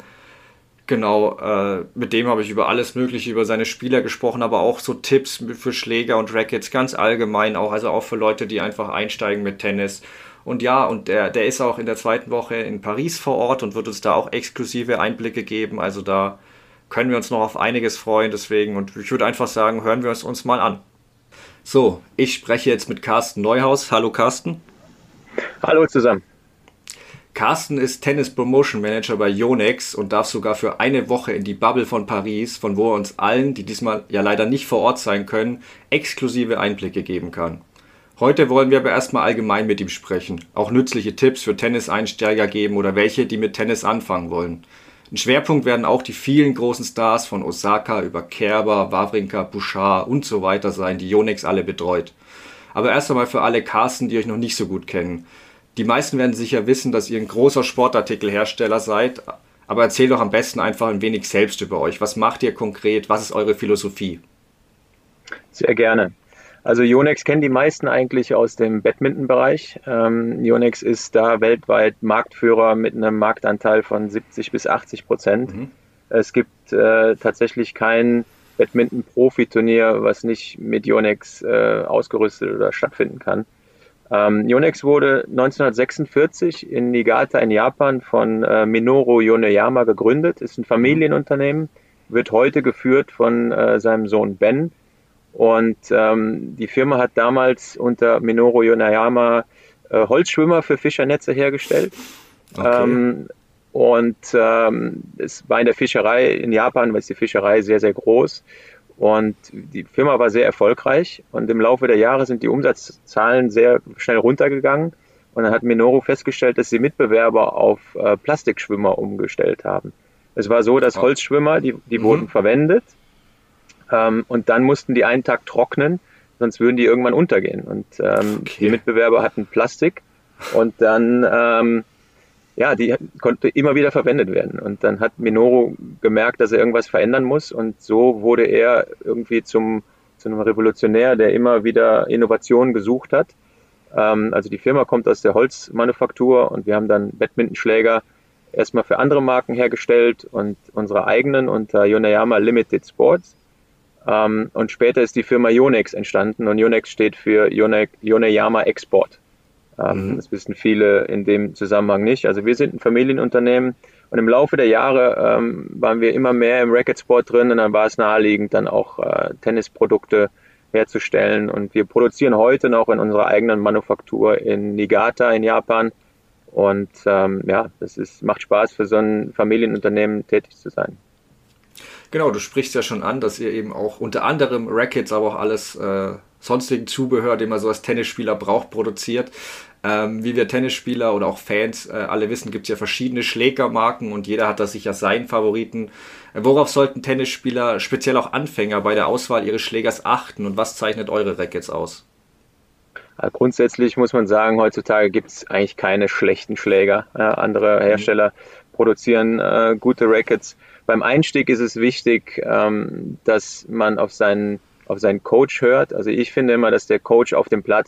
Genau, mit dem habe ich über alles Mögliche, über seine Spieler gesprochen, aber auch so Tipps für Schläger und Rackets, ganz allgemein auch, also auch für Leute, die einfach einsteigen mit Tennis. Und ja, und der ist auch in der zweiten Woche in Paris vor Ort und wird uns da auch exklusive Einblicke geben. Also da können wir uns noch auf einiges freuen, deswegen. Und ich würde einfach sagen, hören wir es uns mal an. So, ich spreche jetzt mit Carsten Neuhaus. Hallo Carsten. Hallo zusammen. Carsten ist Tennis Promotion Manager bei Yonex und darf sogar für eine Woche in die Bubble von Paris, von wo er uns allen, die diesmal ja leider nicht vor Ort sein können, exklusive Einblicke geben kann. Heute wollen wir aber erstmal allgemein mit ihm sprechen, auch nützliche Tipps für Tenniseinsteiger geben oder welche, die mit Tennis anfangen wollen. Ein Schwerpunkt werden auch die vielen großen Stars von Osaka über Kerber, Wawrinka, Bouchard und so weiter sein, die Yonex alle betreut. Aber erst einmal für alle Carsten, die euch noch nicht so gut kennen. Die meisten werden sicher wissen, dass ihr ein großer Sportartikelhersteller seid, aber erzählt doch am besten einfach ein wenig selbst über euch. Was macht ihr konkret? Was ist eure Philosophie? Sehr gerne. Also Yonex kennen die meisten eigentlich aus dem Badminton-Bereich. Yonex ist da weltweit Marktführer mit einem Marktanteil von 70-80%. Es gibt tatsächlich kein Badminton-Profiturnier, was nicht mit Yonex ausgerüstet oder stattfinden kann. Yonex wurde 1946 in Niigata in Japan von Minoru Yoneyama gegründet, ist ein Familienunternehmen, wird heute geführt von seinem Sohn Ben. Und die Firma hat damals unter Minoru Yoneyama Holzschwimmer für Fischernetze hergestellt. Okay. Es war in der Fischerei in Japan, weil die Fischerei sehr, sehr groß. Und die Firma war sehr erfolgreich und im Laufe der Jahre sind die Umsatzzahlen sehr schnell runtergegangen und dann hat Minoru festgestellt, dass sie Mitbewerber auf Plastikschwimmer umgestellt haben. Es war so, dass Holzschwimmer, die wurden verwendet und dann mussten die einen Tag trocknen, sonst würden die irgendwann untergehen. Und die Mitbewerber hatten Plastik und dann die konnte immer wieder verwendet werden. Und dann hat Minoru gemerkt, dass er irgendwas verändern muss. Und so wurde er irgendwie zu einem Revolutionär, der immer wieder Innovationen gesucht hat. Also die Firma kommt aus der Holzmanufaktur und wir haben dann Badmintonschläger erstmal für andere Marken hergestellt und unsere eigenen unter Yoneyama Limited Sports. Und später ist die Firma Yonex entstanden und Yonex steht für Yoneyama Export. Das wissen viele in dem Zusammenhang nicht. Also wir sind ein Familienunternehmen und im Laufe der Jahre waren wir immer mehr im Racketsport drin und dann war es naheliegend, dann auch Tennisprodukte herzustellen. Und wir produzieren heute noch in unserer eigenen Manufaktur in Niigata in Japan. Und macht Spaß für so ein Familienunternehmen tätig zu sein. Genau, du sprichst ja schon an, dass ihr eben auch unter anderem Rackets, aber auch alles sonstigen Zubehör, den man so als Tennisspieler braucht, produziert. Wie wir Tennisspieler oder auch Fans alle wissen, gibt es ja verschiedene Schlägermarken und jeder hat da sicher seinen Favoriten. Worauf sollten Tennisspieler, speziell auch Anfänger, bei der Auswahl ihres Schlägers achten und was zeichnet eure Rackets aus? Grundsätzlich muss man sagen, heutzutage gibt es eigentlich keine schlechten Schläger. Andere Hersteller produzieren gute Rackets. Beim Einstieg ist es wichtig, dass man auf seinen Coach hört. Also ich finde immer, dass der Coach auf dem Platz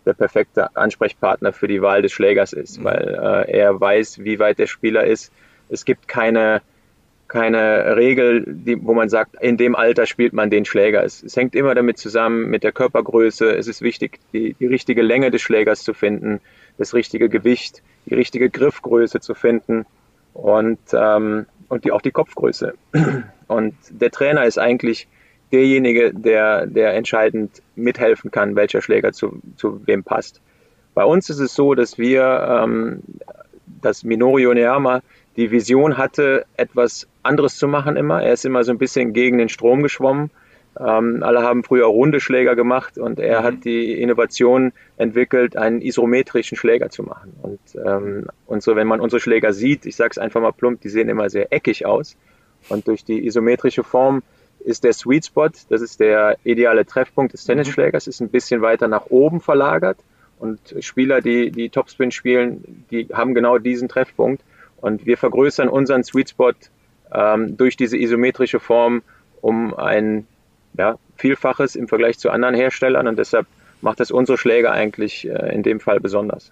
der perfekte Ansprechpartner für die Wahl des Schlägers ist, weil er weiß, wie weit der Spieler ist. Es gibt keine Regel, wo man sagt, in dem Alter spielt man den Schläger. Es hängt immer damit zusammen mit der Körpergröße. Es ist wichtig, die richtige Länge des Schlägers zu finden, das richtige Gewicht, die richtige Griffgröße zu finden und auch die Kopfgröße. Und der Trainer ist eigentlich derjenige, der entscheidend mithelfen kann, welcher Schläger zu wem passt. Bei uns ist es so, dass dass Minoru Yoneyama die Vision hatte, etwas anderes zu machen immer. Er ist immer so ein bisschen gegen den Strom geschwommen. Alle haben früher runde Schläger gemacht und er hat die Innovation entwickelt, einen isometrischen Schläger zu machen. Und so, wenn man unsere Schläger sieht, ich sage es einfach mal plump, die sehen immer sehr eckig aus. Und durch die isometrische Form ist der Sweet Spot, das ist der ideale Treffpunkt des Tennisschlägers, ist ein bisschen weiter nach oben verlagert. Und Spieler, die Topspin spielen, die haben genau diesen Treffpunkt. Und wir vergrößern unseren Sweet Spot durch diese isometrische Form um ein Vielfaches im Vergleich zu anderen Herstellern. Und deshalb macht das unsere Schläger eigentlich in dem Fall besonders.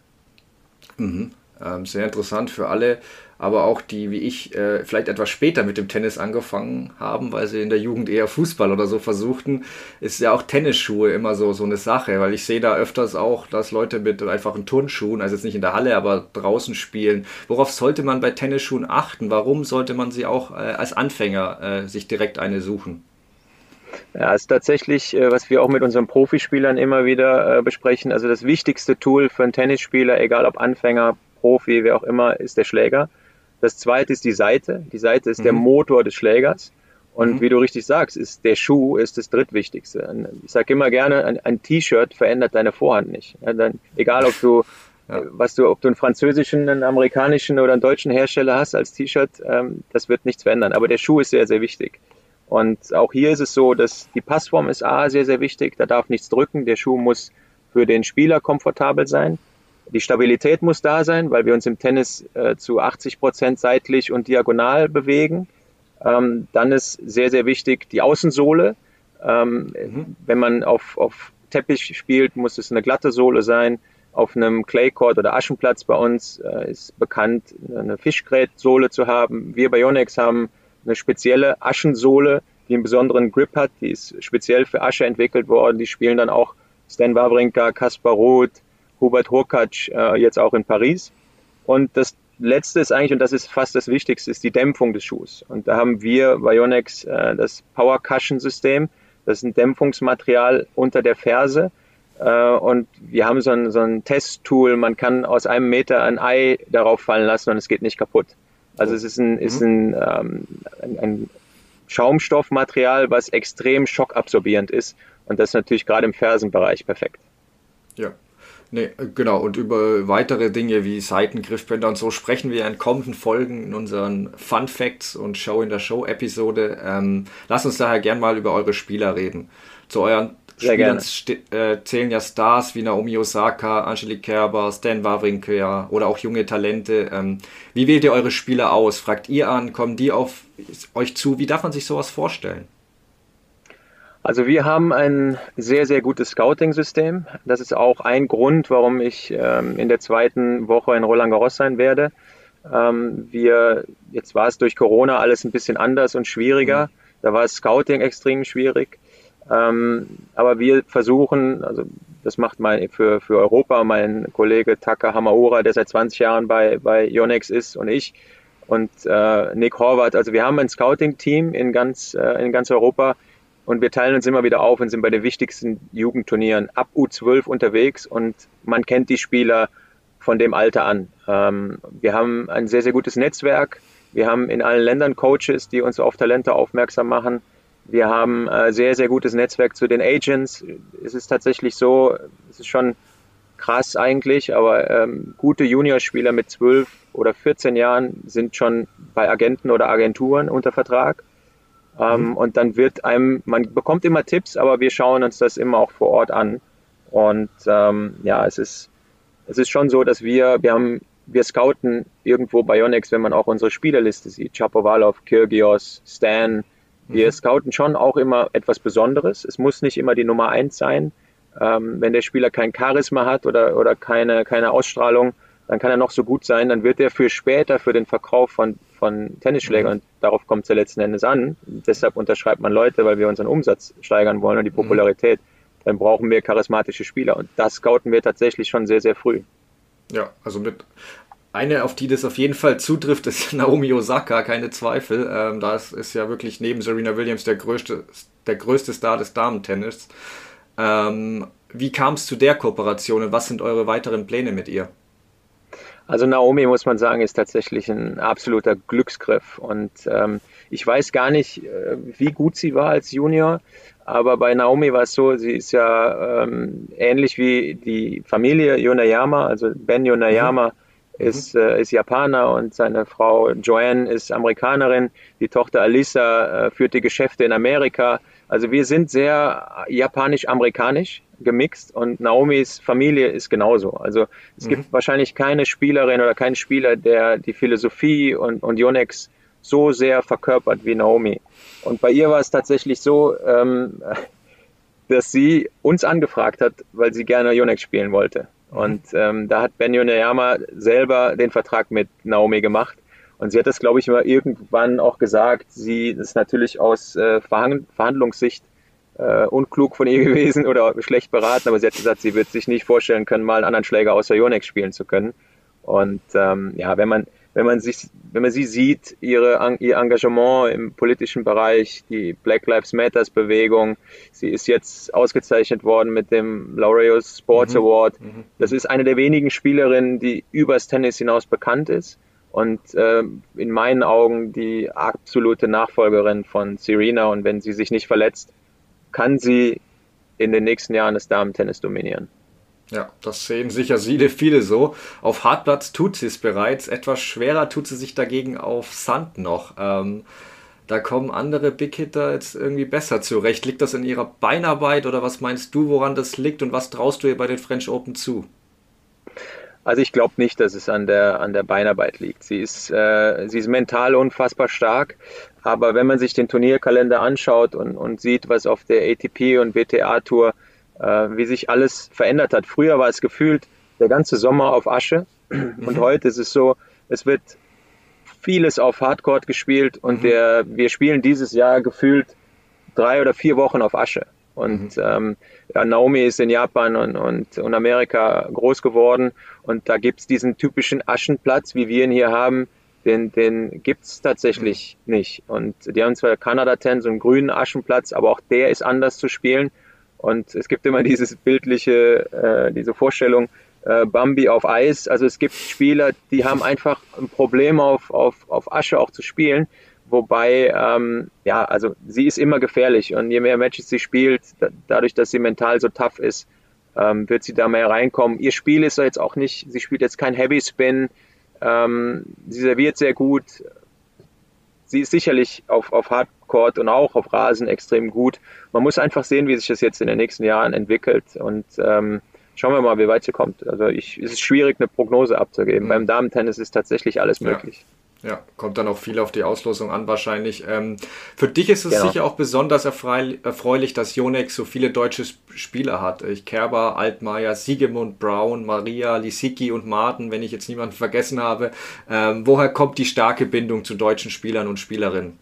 Sehr interessant für alle, aber auch die, wie ich, vielleicht etwas später mit dem Tennis angefangen haben, weil sie in der Jugend eher Fußball oder so versuchten, ist ja auch Tennisschuhe immer so eine Sache, weil ich sehe da öfters auch, dass Leute mit einfachen Turnschuhen, also jetzt nicht in der Halle, aber draußen spielen. Worauf sollte man bei Tennisschuhen achten? Warum sollte man sie auch als Anfänger sich direkt eine suchen? Ja, ist tatsächlich, was wir auch mit unseren Profispielern immer wieder besprechen. Also das wichtigste Tool für einen Tennisspieler, egal ob Anfänger, Profi, wer auch immer, ist der Schläger. Das zweite ist die Seite. Die Seite ist der Motor des Schlägers. Und wie du richtig sagst, ist der Schuh ist das drittwichtigste. Ich sage immer gerne, ein T-Shirt verändert deine Vorhand nicht. Ja, egal, ob du einen französischen, einen amerikanischen oder einen deutschen Hersteller hast als T-Shirt, das wird nichts verändern. Aber der Schuh ist sehr, sehr wichtig. Und auch hier ist es so, dass die Passform ist sehr, sehr wichtig. Da darf nichts drücken. Der Schuh muss für den Spieler komfortabel sein. Die Stabilität muss da sein, weil wir uns im Tennis zu 80% seitlich und diagonal bewegen. Dann ist sehr, sehr wichtig die Außensohle. Wenn man auf Teppich spielt, muss es eine glatte Sohle sein. Auf einem Claycourt oder Aschenplatz bei uns ist bekannt, eine Fischgrätsohle zu haben. Wir bei Yonex haben eine spezielle Aschensohle, die einen besonderen Grip hat. Die ist speziell für Asche entwickelt worden. Die spielen dann auch Stan Wawrinka, Kaspar Ruud, Hubert Hurkacz, jetzt auch in Paris. Und das Letzte ist eigentlich, und das ist fast das Wichtigste, ist die Dämpfung des Schuhs. Und da haben wir bei Yonex das Power Cushion System. Das ist ein Dämpfungsmaterial unter der Ferse. Und wir haben so ein Testtool. Man kann aus 1 Meter ein Ei darauf fallen lassen und es geht nicht kaputt. Also es ist ein Schaumstoffmaterial, was extrem schockabsorbierend ist. Und das ist natürlich gerade im Fersenbereich perfekt. Ja. Nee, genau. Und über weitere Dinge wie Seitengriffbänder und so sprechen wir in kommenden Folgen in unseren Fun Facts und Show in der Show Episode. Lasst uns daher gern mal über eure Spieler reden. Zu euren Spielern zählen ja Stars wie Naomi Osaka, Angelique Kerber, Stan Wawrinka oder auch junge Talente. Wie wählt ihr eure Spieler aus? Fragt ihr an? Kommen die auf euch zu? Wie darf man sich sowas vorstellen? Also wir haben ein sehr, sehr gutes Scouting-System. Das ist auch ein Grund, warum ich in der 2. Woche in Roland Garros sein werde. Jetzt war es durch Corona alles ein bisschen anders und schwieriger. Da war das Scouting extrem schwierig. Aber wir versuchen, also das macht für Europa mein Kollege Taka Hamaura, der seit 20 Jahren bei Yonex ist, und ich und Nick Horvath. Also wir haben ein Scouting-Team in ganz Europa. Und wir teilen uns immer wieder auf und sind bei den wichtigsten Jugendturnieren ab U12 unterwegs und man kennt die Spieler von dem Alter an. Wir haben ein sehr, sehr gutes Netzwerk. Wir haben in allen Ländern Coaches, die uns auf Talente aufmerksam machen. Wir haben ein sehr, sehr gutes Netzwerk zu den Agents. Es ist tatsächlich so, es ist schon krass eigentlich, aber gute Juniorspieler mit 12 oder 14 Jahren sind schon bei Agenten oder Agenturen unter Vertrag. Und dann man bekommt immer Tipps, aber wir schauen uns das immer auch vor Ort an. Und es ist schon so, dass wir scouten irgendwo bei Yonex, wenn man auch unsere Spielerliste sieht, Shapovalov, Kyrgios, Stan. Wir scouten schon auch immer etwas Besonderes. Es muss nicht immer die Nummer 1 sein. Wenn der Spieler kein Charisma hat oder keine Ausstrahlung, dann kann er noch so gut sein, dann wird er für später, für den Verkauf von Tennisschlägern, und darauf kommt es ja letzten Endes an, deshalb unterschreibt man Leute, weil wir unseren Umsatz steigern wollen und die Popularität, dann brauchen wir charismatische Spieler und das scouten wir tatsächlich schon sehr, sehr früh. Ja, also mit eine, auf die das auf jeden Fall zutrifft, ist Naomi Osaka, keine Zweifel. Das ist ja wirklich neben Serena Williams der größte Star des Damentennis. Wie kam es zu der Kooperation und was sind eure weiteren Pläne mit ihr? Also Naomi, muss man sagen, ist tatsächlich ein absoluter Glücksgriff und ich weiß gar nicht, wie gut sie war als Junior, aber bei Naomi war es so, sie ist ja ähnlich wie die Familie Yonayama, also Ben Yonayama ist Japaner und seine Frau Joanne ist Amerikanerin, die Tochter Alisa führt die Geschäfte in Amerika. Also wir sind sehr japanisch-amerikanisch gemixt und Naomis Familie ist genauso. Also es gibt wahrscheinlich keine Spielerin oder keinen Spieler, der die Philosophie und Yonex so sehr verkörpert wie Naomi. Und bei ihr war es tatsächlich so, dass sie uns angefragt hat, weil sie gerne Yonex spielen wollte. Und da hat Ben Yonayama selber den Vertrag mit Naomi gemacht. Und sie hat das, glaube ich, mal irgendwann auch gesagt. Sie ist natürlich aus Verhandlungssicht unklug von ihr gewesen oder schlecht beraten, aber sie hat gesagt, sie wird sich nicht vorstellen können, mal einen anderen Schläger außer Yonex spielen zu können. Und ja, wenn man sie sieht, ihr Engagement im politischen Bereich, die Black Lives Matters Bewegung, sie ist jetzt ausgezeichnet worden mit dem Laureus Sports Award. Das ist eine der wenigen Spielerinnen, die übers Tennis hinaus bekannt ist und in meinen Augen die absolute Nachfolgerin von Serena, und wenn sie sich nicht verletzt, kann sie in den nächsten Jahren das Damen-Tennis dominieren. Ja, das sehen sicher viele so. Auf Hartplatz tut sie es bereits. Etwas schwerer tut sie sich dagegen auf Sand noch. Da kommen andere Big Hitter jetzt irgendwie besser zurecht. Liegt das in ihrer Beinarbeit oder was meinst du, woran das liegt und was traust du ihr bei den French Open zu? Also ich glaube nicht, dass es an der Beinarbeit liegt. Sie ist mental unfassbar stark, aber wenn man sich den Turnierkalender anschaut und sieht, was auf der ATP und WTA Tour, wie sich alles verändert hat. Früher war es gefühlt der ganze Sommer auf Asche und heute ist es so, es wird vieles auf Hardcourt gespielt und wir spielen dieses Jahr gefühlt 3 oder 4 Wochen auf Asche. Und Naomi ist in Japan und Amerika groß geworden und da gibt es diesen typischen Aschenplatz, wie wir ihn hier haben, den gibt es tatsächlich nicht. Und die haben zwar Kanada-Ten, so einen grünen Aschenplatz, aber auch der ist anders zu spielen. Und es gibt immer diese Vorstellung, Bambi auf Eis. Also es gibt Spieler, die haben einfach ein Problem auf Asche auch zu spielen. Wobei, also sie ist immer gefährlich. Und je mehr Matches sie spielt, dadurch, dass sie mental so tough ist, wird sie da mehr reinkommen. Ihr Spiel ist jetzt auch nicht, sie spielt jetzt kein Heavy Spin. Sie serviert sehr gut. Sie ist sicherlich auf Hardcourt und auch auf Rasen extrem gut. Man muss einfach sehen, wie sich das jetzt in den nächsten Jahren entwickelt und schauen wir mal, wie weit sie kommt. Also es ist schwierig, eine Prognose abzugeben. Beim Damentennis ist tatsächlich alles möglich. Ja, kommt dann auch viel auf die Auslosung an wahrscheinlich. Für dich ist es sicher auch besonders erfreulich, dass Yonex so viele deutsche Spieler hat. Kerber, Altmaier, Siegemund, Brown, Maria, Lisicki und Martin, wenn ich jetzt niemanden vergessen habe. Woher kommt die starke Bindung zu deutschen Spielern und Spielerinnen?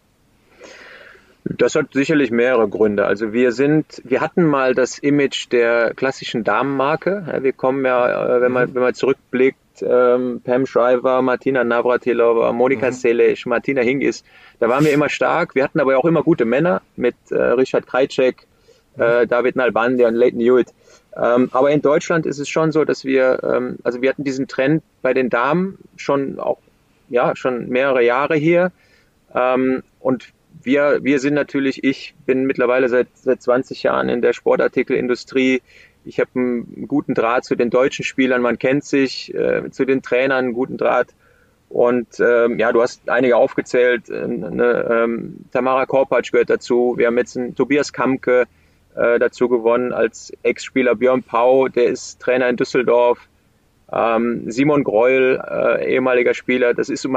Das hat sicherlich mehrere Gründe. Also wir hatten mal das Image der klassischen Damenmarke. Wir kommen ja, wenn man zurückblickt, Pam Shriver, Martina Navratilova, Monika Seles, Martina Hingis, da waren wir immer stark. Wir hatten aber auch immer gute Männer mit Richard Krajicek, David Nalbandian und Lleyton Hewitt. Aber in Deutschland ist es schon so, dass wir hatten diesen Trend bei den Damen schon mehrere Jahre hier. Und wir sind natürlich, ich bin mittlerweile seit 20 Jahren in der Sportartikelindustrie. Ich habe einen guten Draht zu den deutschen Spielern, man kennt sich, zu den Trainern einen guten Draht. Und du hast einige aufgezählt, Tamara Korpatsch gehört dazu. Wir haben jetzt einen Tobias Kamke dazu gewonnen als Ex-Spieler, Björn Pau, der ist Trainer in Düsseldorf. Simon Greuel, ehemaliger Spieler, das ist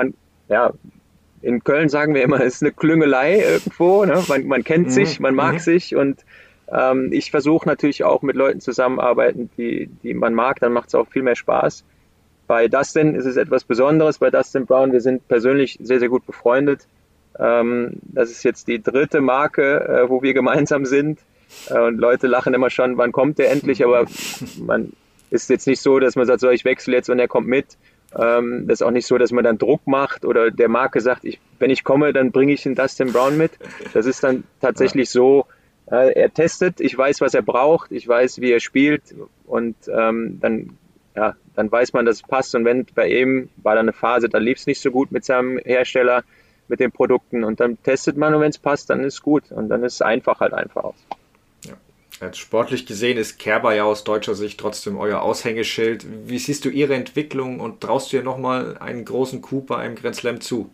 in Köln sagen wir immer, es ist eine Klüngelei irgendwo, ne? Man kennt sich, man mag sich und Ich versuche natürlich auch mit Leuten zusammenarbeiten, die man mag, dann macht es auch viel mehr Spaß. Bei Dustin ist es etwas Besonderes, bei Dustin Brown, wir sind persönlich sehr, sehr gut befreundet. Das ist jetzt die dritte Marke, wo wir gemeinsam sind. Und Leute lachen immer schon, wann kommt der endlich? Aber man ist jetzt nicht so, dass man sagt, so, ich wechsle jetzt und er kommt mit. Das ist auch nicht so, dass man dann Druck macht oder der Marke sagt, wenn ich komme, dann bringe ich den Dustin Brown mit. Das ist dann tatsächlich so, er testet, ich weiß, was er braucht, ich weiß, wie er spielt und dann weiß man, dass es passt. Und wenn bei ihm war da eine Phase, da lief es nicht so gut mit seinem Hersteller, mit den Produkten und dann testet man und wenn es passt, dann ist es gut und dann ist es einfach aus. Ja. Jetzt sportlich gesehen ist Kerber ja aus deutscher Sicht trotzdem euer Aushängeschild. Wie siehst du ihre Entwicklung und traust du ihr nochmal einen großen Coup bei einem Grand Slam zu?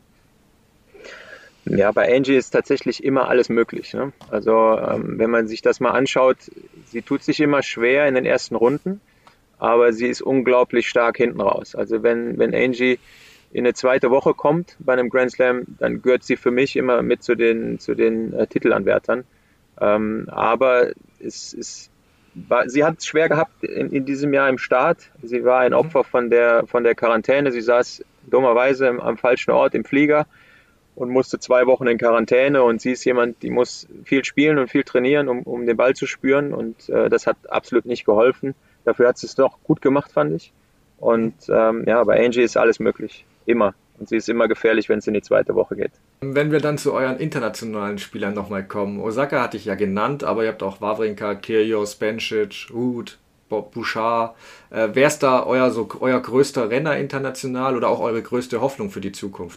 Ja, bei Angie ist tatsächlich immer alles möglich. Ne? Also wenn man sich das mal anschaut, sie tut sich immer schwer in den ersten Runden, aber sie ist unglaublich stark hinten raus. Also wenn Angie in eine zweite Woche kommt bei einem Grand Slam, dann gehört sie für mich immer mit zu den Titelanwärtern. Aber sie hat es schwer gehabt in diesem Jahr im Start. Sie war ein Opfer von der Quarantäne. Sie saß dummerweise am falschen Ort im Flieger und musste 2 Wochen in Quarantäne. Und sie ist jemand, die muss viel spielen und viel trainieren, um den Ball zu spüren. Und das hat absolut nicht geholfen. Dafür hat sie es doch gut gemacht, fand ich. Und bei Angie ist alles möglich. Immer. Und sie ist immer gefährlich, wenn es in die zweite Woche geht. Wenn wir dann zu euren internationalen Spielern nochmal kommen. Osaka hatte ich ja genannt, aber ihr habt auch Wawrinka, Kyrgios, Bencic, Ruud, Bob Bouchard. Wer ist da euer größter Renner international oder auch eure größte Hoffnung für die Zukunft?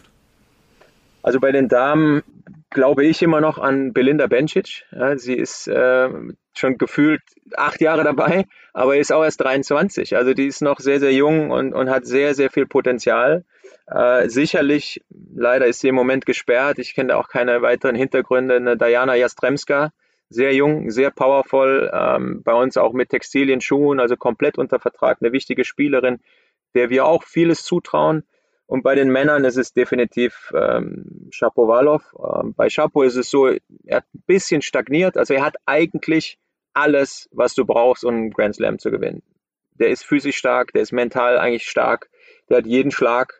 Also bei den Damen glaube ich immer noch an Belinda Bencic. Ja, sie ist schon gefühlt 8 Jahre dabei, aber ist auch erst 23. Also die ist noch sehr, sehr jung und hat sehr, sehr viel Potenzial. Sicherlich, leider ist sie im Moment gesperrt. Ich kenne da auch keine weiteren Hintergründe. Eine Diana Jastremska, sehr jung, sehr powerful, bei uns auch mit Textilien, Schuhen, also komplett unter Vertrag. Eine wichtige Spielerin, der wir auch vieles zutrauen. Und bei den Männern ist es definitiv Shapovalov. Bei Shapo ist es so, er hat ein bisschen stagniert. Also er hat eigentlich alles, was du brauchst, um einen Grand Slam zu gewinnen. Der ist physisch stark, der ist mental eigentlich stark, der hat jeden Schlag.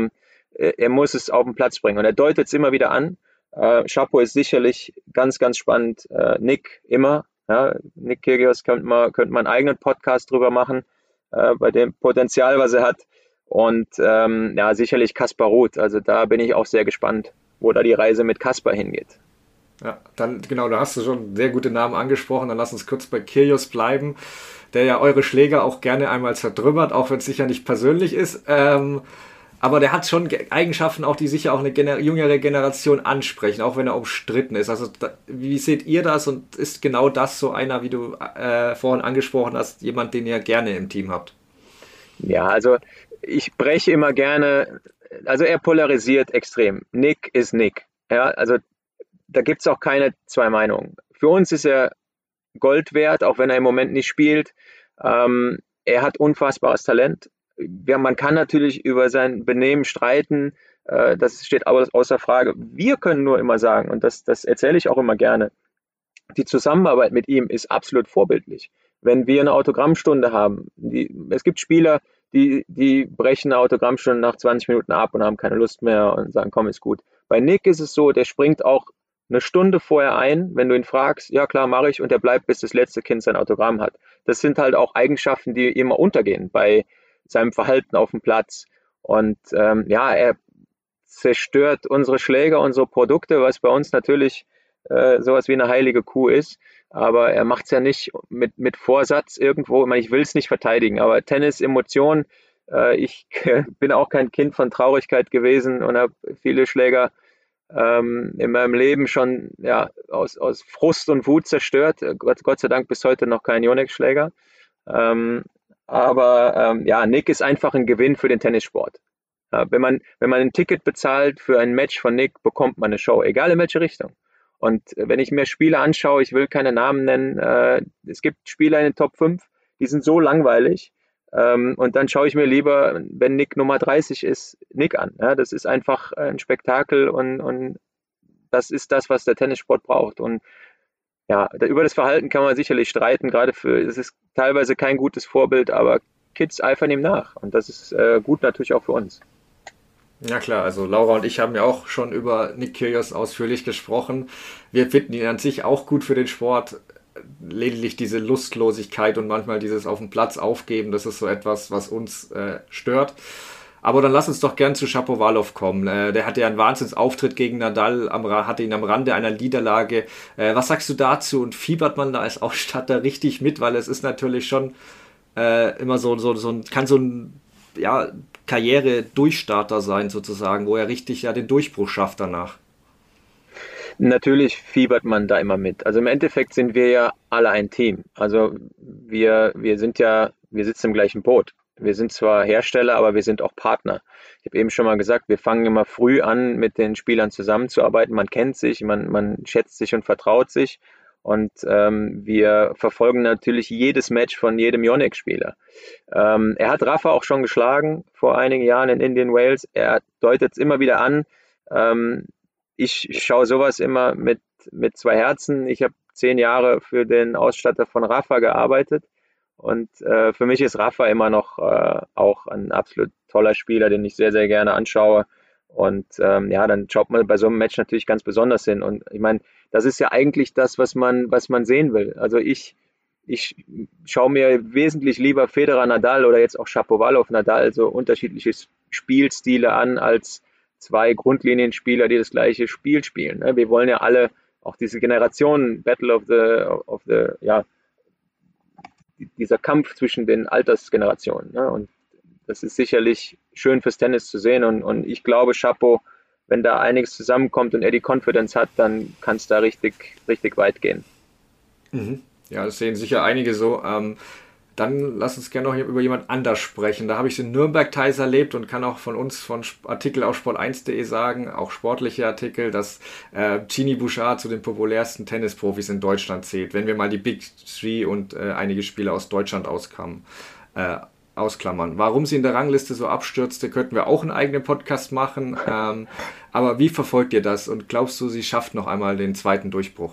Er muss es auf den Platz bringen und er deutet es immer wieder an. Shapo ist sicherlich ganz, ganz spannend. Nick immer. Ja, Nick Kyrgios könnte man einen eigenen Podcast drüber machen, bei dem Potenzial, was er hat. Und sicherlich Kaspar Ruud. Also da bin ich auch sehr gespannt, wo da die Reise mit Kaspar hingeht. Ja, dann genau, da hast du schon sehr gute Namen angesprochen. Dann lass uns kurz bei Kyrgios bleiben, der ja eure Schläger auch gerne einmal zerdrümmert, auch wenn es sicher nicht persönlich ist. Aber der hat schon Eigenschaften, auch die sicher auch eine jüngere Generation ansprechen, auch wenn er umstritten ist. Also wie seht ihr das und ist genau das so einer, wie du vorhin angesprochen hast, jemand, den ihr gerne im Team habt? Ja, also ich breche immer gerne, also er polarisiert extrem. Nick ist Nick. Ja, also da gibt es auch keine zwei Meinungen. Für uns ist er Gold wert, auch wenn er im Moment nicht spielt. Er hat unfassbares Talent. Man kann natürlich über sein Benehmen streiten, das steht aber außer Frage. Wir können nur immer sagen, und das erzähle ich auch immer gerne, die Zusammenarbeit mit ihm ist absolut vorbildlich. Wenn wir eine Autogrammstunde haben, es gibt Spieler, die brechen eine Autogrammstunde nach 20 Minuten ab und haben keine Lust mehr und sagen, komm, ist gut. Bei Nick ist es so, der springt auch eine Stunde vorher ein, wenn du ihn fragst, ja klar, mache ich, und der bleibt, bis das letzte Kind sein Autogramm hat. Das sind halt auch Eigenschaften, die immer untergehen bei seinem Verhalten auf dem Platz. Und er zerstört unsere Schläger, unsere Produkte, was bei uns natürlich sowas wie eine heilige Kuh ist. Aber er macht es ja nicht mit Vorsatz irgendwo. Ich meine, ich will es nicht verteidigen, aber Tennis, Emotionen. Ich bin auch kein Kind von Traurigkeit gewesen und habe viele Schläger in meinem Leben schon aus Frust und Wut zerstört. Gott sei Dank bis heute noch kein Yonex-Schläger. Nick ist einfach ein Gewinn für den Tennissport. Wenn man ein Ticket bezahlt für ein Match von Nick, bekommt man eine Show, egal in welche Richtung. Und wenn ich mir Spiele anschaue, ich will keine Namen nennen, es gibt Spieler in den Top 5, die sind so langweilig. Und dann schaue ich mir lieber, wenn Nick Nummer 30 ist, Nick an. Ja, das ist einfach ein Spektakel und das ist das, was der Tennissport braucht. Und ja, über das Verhalten kann man sicherlich streiten, gerade es ist teilweise kein gutes Vorbild, aber Kids eifern ihm nach und das ist gut natürlich auch für uns. Ja klar, also Laura und ich haben ja auch schon über Nick Kyrgios ausführlich gesprochen. Wir finden ihn an sich auch gut für den Sport. Lediglich diese Lustlosigkeit und manchmal dieses auf dem Platz aufgeben, das ist so etwas, was uns stört. Aber dann lass uns doch gern zu Shapovalov kommen. Der hatte ja einen Wahnsinnsauftritt gegen Nadal, hatte ihn am Rande einer Niederlage. Was sagst du dazu und fiebert man da als Ausstatter richtig mit? Weil es ist natürlich schon immer kann so ein ja, Karriere-Durchstarter sein sozusagen, wo er richtig ja den Durchbruch schafft danach. Natürlich fiebert man da immer mit. Also im Endeffekt sind wir ja alle ein Team. Also wir sitzen im gleichen Boot. Wir sind zwar Hersteller, aber wir sind auch Partner. Ich habe eben schon mal gesagt, wir fangen immer früh an, mit den Spielern zusammenzuarbeiten. Man kennt sich, man schätzt sich und vertraut sich. Und wir verfolgen natürlich jedes Match von jedem Yonex-Spieler. Er hat Rafa auch schon geschlagen vor einigen Jahren in Indian Wales. Er deutet es immer wieder an. Ich schaue sowas immer mit zwei Herzen. Ich habe 10 Jahre für den Ausstatter von Rafa gearbeitet und für mich ist Rafa immer noch auch ein absolut toller Spieler, den ich sehr, sehr gerne anschaue. Und ja, dann schaut man bei so einem Match natürlich ganz besonders hin. Und ich meine, das ist ja eigentlich das, was man sehen will. Also ich schaue mir wesentlich lieber Federer Nadal oder jetzt auch Shapovalov Nadal so unterschiedliche Spielstile an als zwei Grundlinienspieler, die das gleiche Spiel spielen. Wir wollen ja alle auch diese Generation Battle of the ja, dieser Kampf zwischen den Altersgenerationen. Und das ist sicherlich schön fürs Tennis zu sehen und ich glaube, Chapo, wenn da einiges zusammenkommt und er die Confidence hat, dann kann es da richtig, richtig weit gehen. Mhm. Ja, das sehen sicher einige so. Dann lass uns gerne noch über jemand anders sprechen. Da habe ich es in Nürnberg teils erlebt und kann auch von uns, von Artikel auf sport1.de sagen, auch sportliche Artikel, dass Gini Bouchard zu den populärsten Tennisprofis in Deutschland zählt, wenn wir mal die Big Three und einige Spieler aus Deutschland ausklammern. Warum sie in der Rangliste so abstürzte, könnten wir auch einen eigenen Podcast machen. Aber wie verfolgt ihr das und glaubst du, sie schafft noch einmal den zweiten Durchbruch?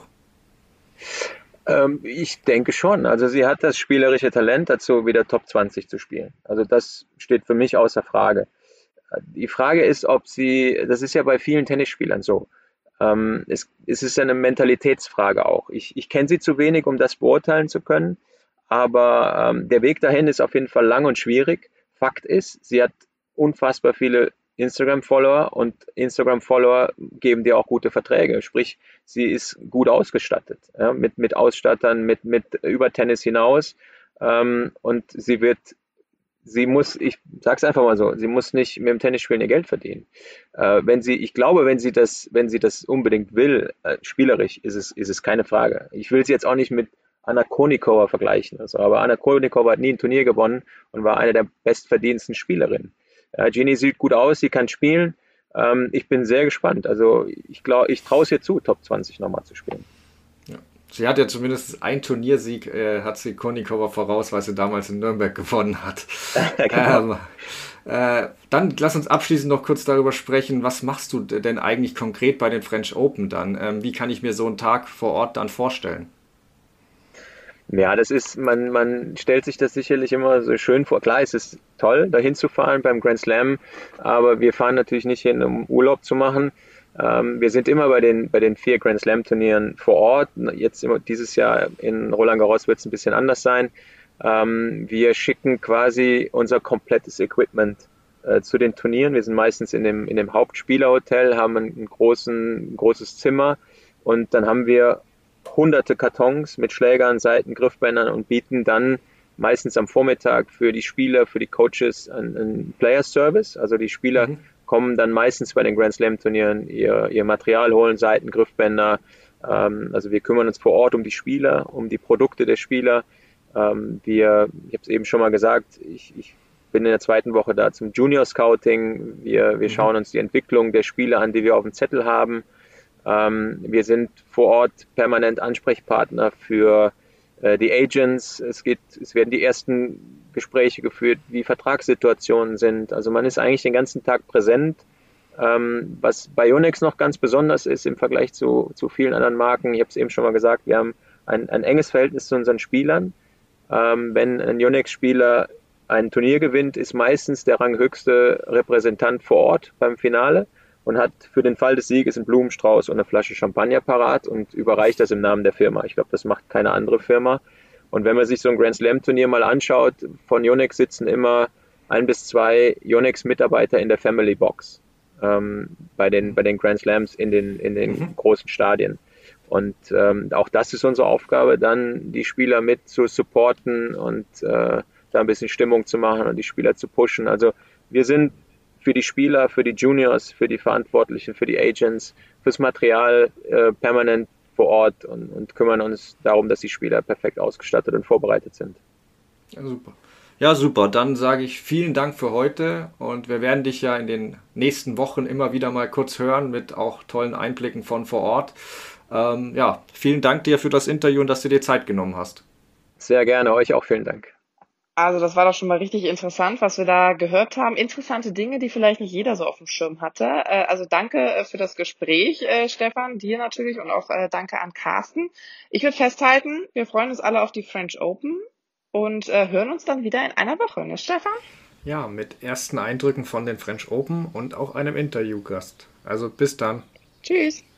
Ich denke schon. Also sie hat das spielerische Talent dazu, wieder Top 20 zu spielen. Also das steht für mich außer Frage. Die Frage ist, das ist ja bei vielen Tennisspielern so. Es ist eine Mentalitätsfrage auch. Ich kenne sie zu wenig, um das beurteilen zu können, aber der Weg dahin ist auf jeden Fall lang und schwierig. Fakt ist, sie hat unfassbar viele Instagram-Follower und Instagram-Follower geben dir auch gute Verträge. Sprich, sie ist gut ausgestattet, ja, mit Ausstattern, mit über Tennis hinaus. Und sie muss, ich sag's einfach mal so, sie muss nicht mit dem Tennisspielen ihr Geld verdienen. Ich glaube, wenn sie das unbedingt will, spielerisch, ist es keine Frage. Ich will sie jetzt auch nicht mit Anna Kournikova vergleichen, also, aber Anna Kournikova hat nie ein Turnier gewonnen und war eine der bestverdiensten Spielerinnen. Gini sieht gut aus, sie kann spielen. Ich bin sehr gespannt. Also ich glaube, ich traue es ihr zu, Top 20 nochmal zu spielen. Ja. Sie hat ja zumindest einen Turniersieg, hat sie Kournikova voraus, weil sie damals in Nürnberg gewonnen hat. Genau. Dann lass uns abschließend noch kurz darüber sprechen, was machst du denn eigentlich konkret bei den French Open dann? Wie kann ich mir so einen Tag vor Ort dann vorstellen? Ja, man stellt sich das sicherlich immer so schön vor. Klar, es ist toll, dahin zu fahren beim Grand Slam, aber wir fahren natürlich nicht hin, um Urlaub zu machen. Wir sind immer bei den 4 Grand Slam Turnieren vor Ort. Dieses Jahr in Roland Garros wird es ein bisschen anders sein. Wir schicken quasi unser komplettes Equipment zu den Turnieren. Wir sind meistens in dem Hauptspielerhotel, haben ein großes Zimmer und dann haben wir hunderte Kartons mit Schlägern, Saiten, Griffbändern und bieten dann meistens am Vormittag für die Spieler, für die Coaches einen Player Service. Also die Spieler kommen dann meistens bei den Grand Slam Turnieren ihr Material holen, Saiten, Griffbänder. Also wir kümmern uns vor Ort um die Spieler, um die Produkte der Spieler. Ich habe es eben schon mal gesagt, ich bin in der 2. Woche da zum Junior Scouting. Wir schauen uns die Entwicklung der Spieler an, die wir auf dem Zettel haben. Wir sind vor Ort permanent Ansprechpartner für die Agents. Es werden die ersten Gespräche geführt, wie Vertragssituationen sind. Also man ist eigentlich den ganzen Tag präsent. Was bei Yonex noch ganz besonders ist im Vergleich zu vielen anderen Marken, ich habe es eben schon mal gesagt, wir haben ein enges Verhältnis zu unseren Spielern. Wenn ein Yonex-Spieler ein Turnier gewinnt, ist meistens der ranghöchste Repräsentant vor Ort beim Finale und hat für den Fall des Sieges einen Blumenstrauß und eine Flasche Champagner parat und überreicht das im Namen der Firma. Ich glaube, das macht keine andere Firma. Und wenn man sich so ein Grand Slam Turnier mal anschaut, von Yonex sitzen immer 1 bis 2 Yonex-Mitarbeiter in der Family Box bei den Grand Slams in den großen Stadien. Und auch das ist unsere Aufgabe, dann die Spieler mit zu supporten und da ein bisschen Stimmung zu machen und die Spieler zu pushen. Also wir sind für die Spieler, für die Juniors, für die Verantwortlichen, für die Agents, fürs Material permanent vor Ort und kümmern uns darum, dass die Spieler perfekt ausgestattet und vorbereitet sind. Ja, super. Ja, super. Dann sage ich vielen Dank für heute und wir werden dich ja in den nächsten Wochen immer wieder mal kurz hören mit auch tollen Einblicken von vor Ort. Ja, vielen Dank dir für das Interview und dass du dir Zeit genommen hast. Sehr gerne, euch auch vielen Dank. Also das war doch schon mal richtig interessant, was wir da gehört haben. Interessante Dinge, die vielleicht nicht jeder so auf dem Schirm hatte. Also danke für das Gespräch, Stefan, dir natürlich und auch danke an Carsten. Ich würde festhalten, wir freuen uns alle auf die French Open und hören uns dann wieder in einer Woche, ne Stefan? Ja, mit ersten Eindrücken von den French Open und auch einem Interviewgast. Also bis dann. Tschüss.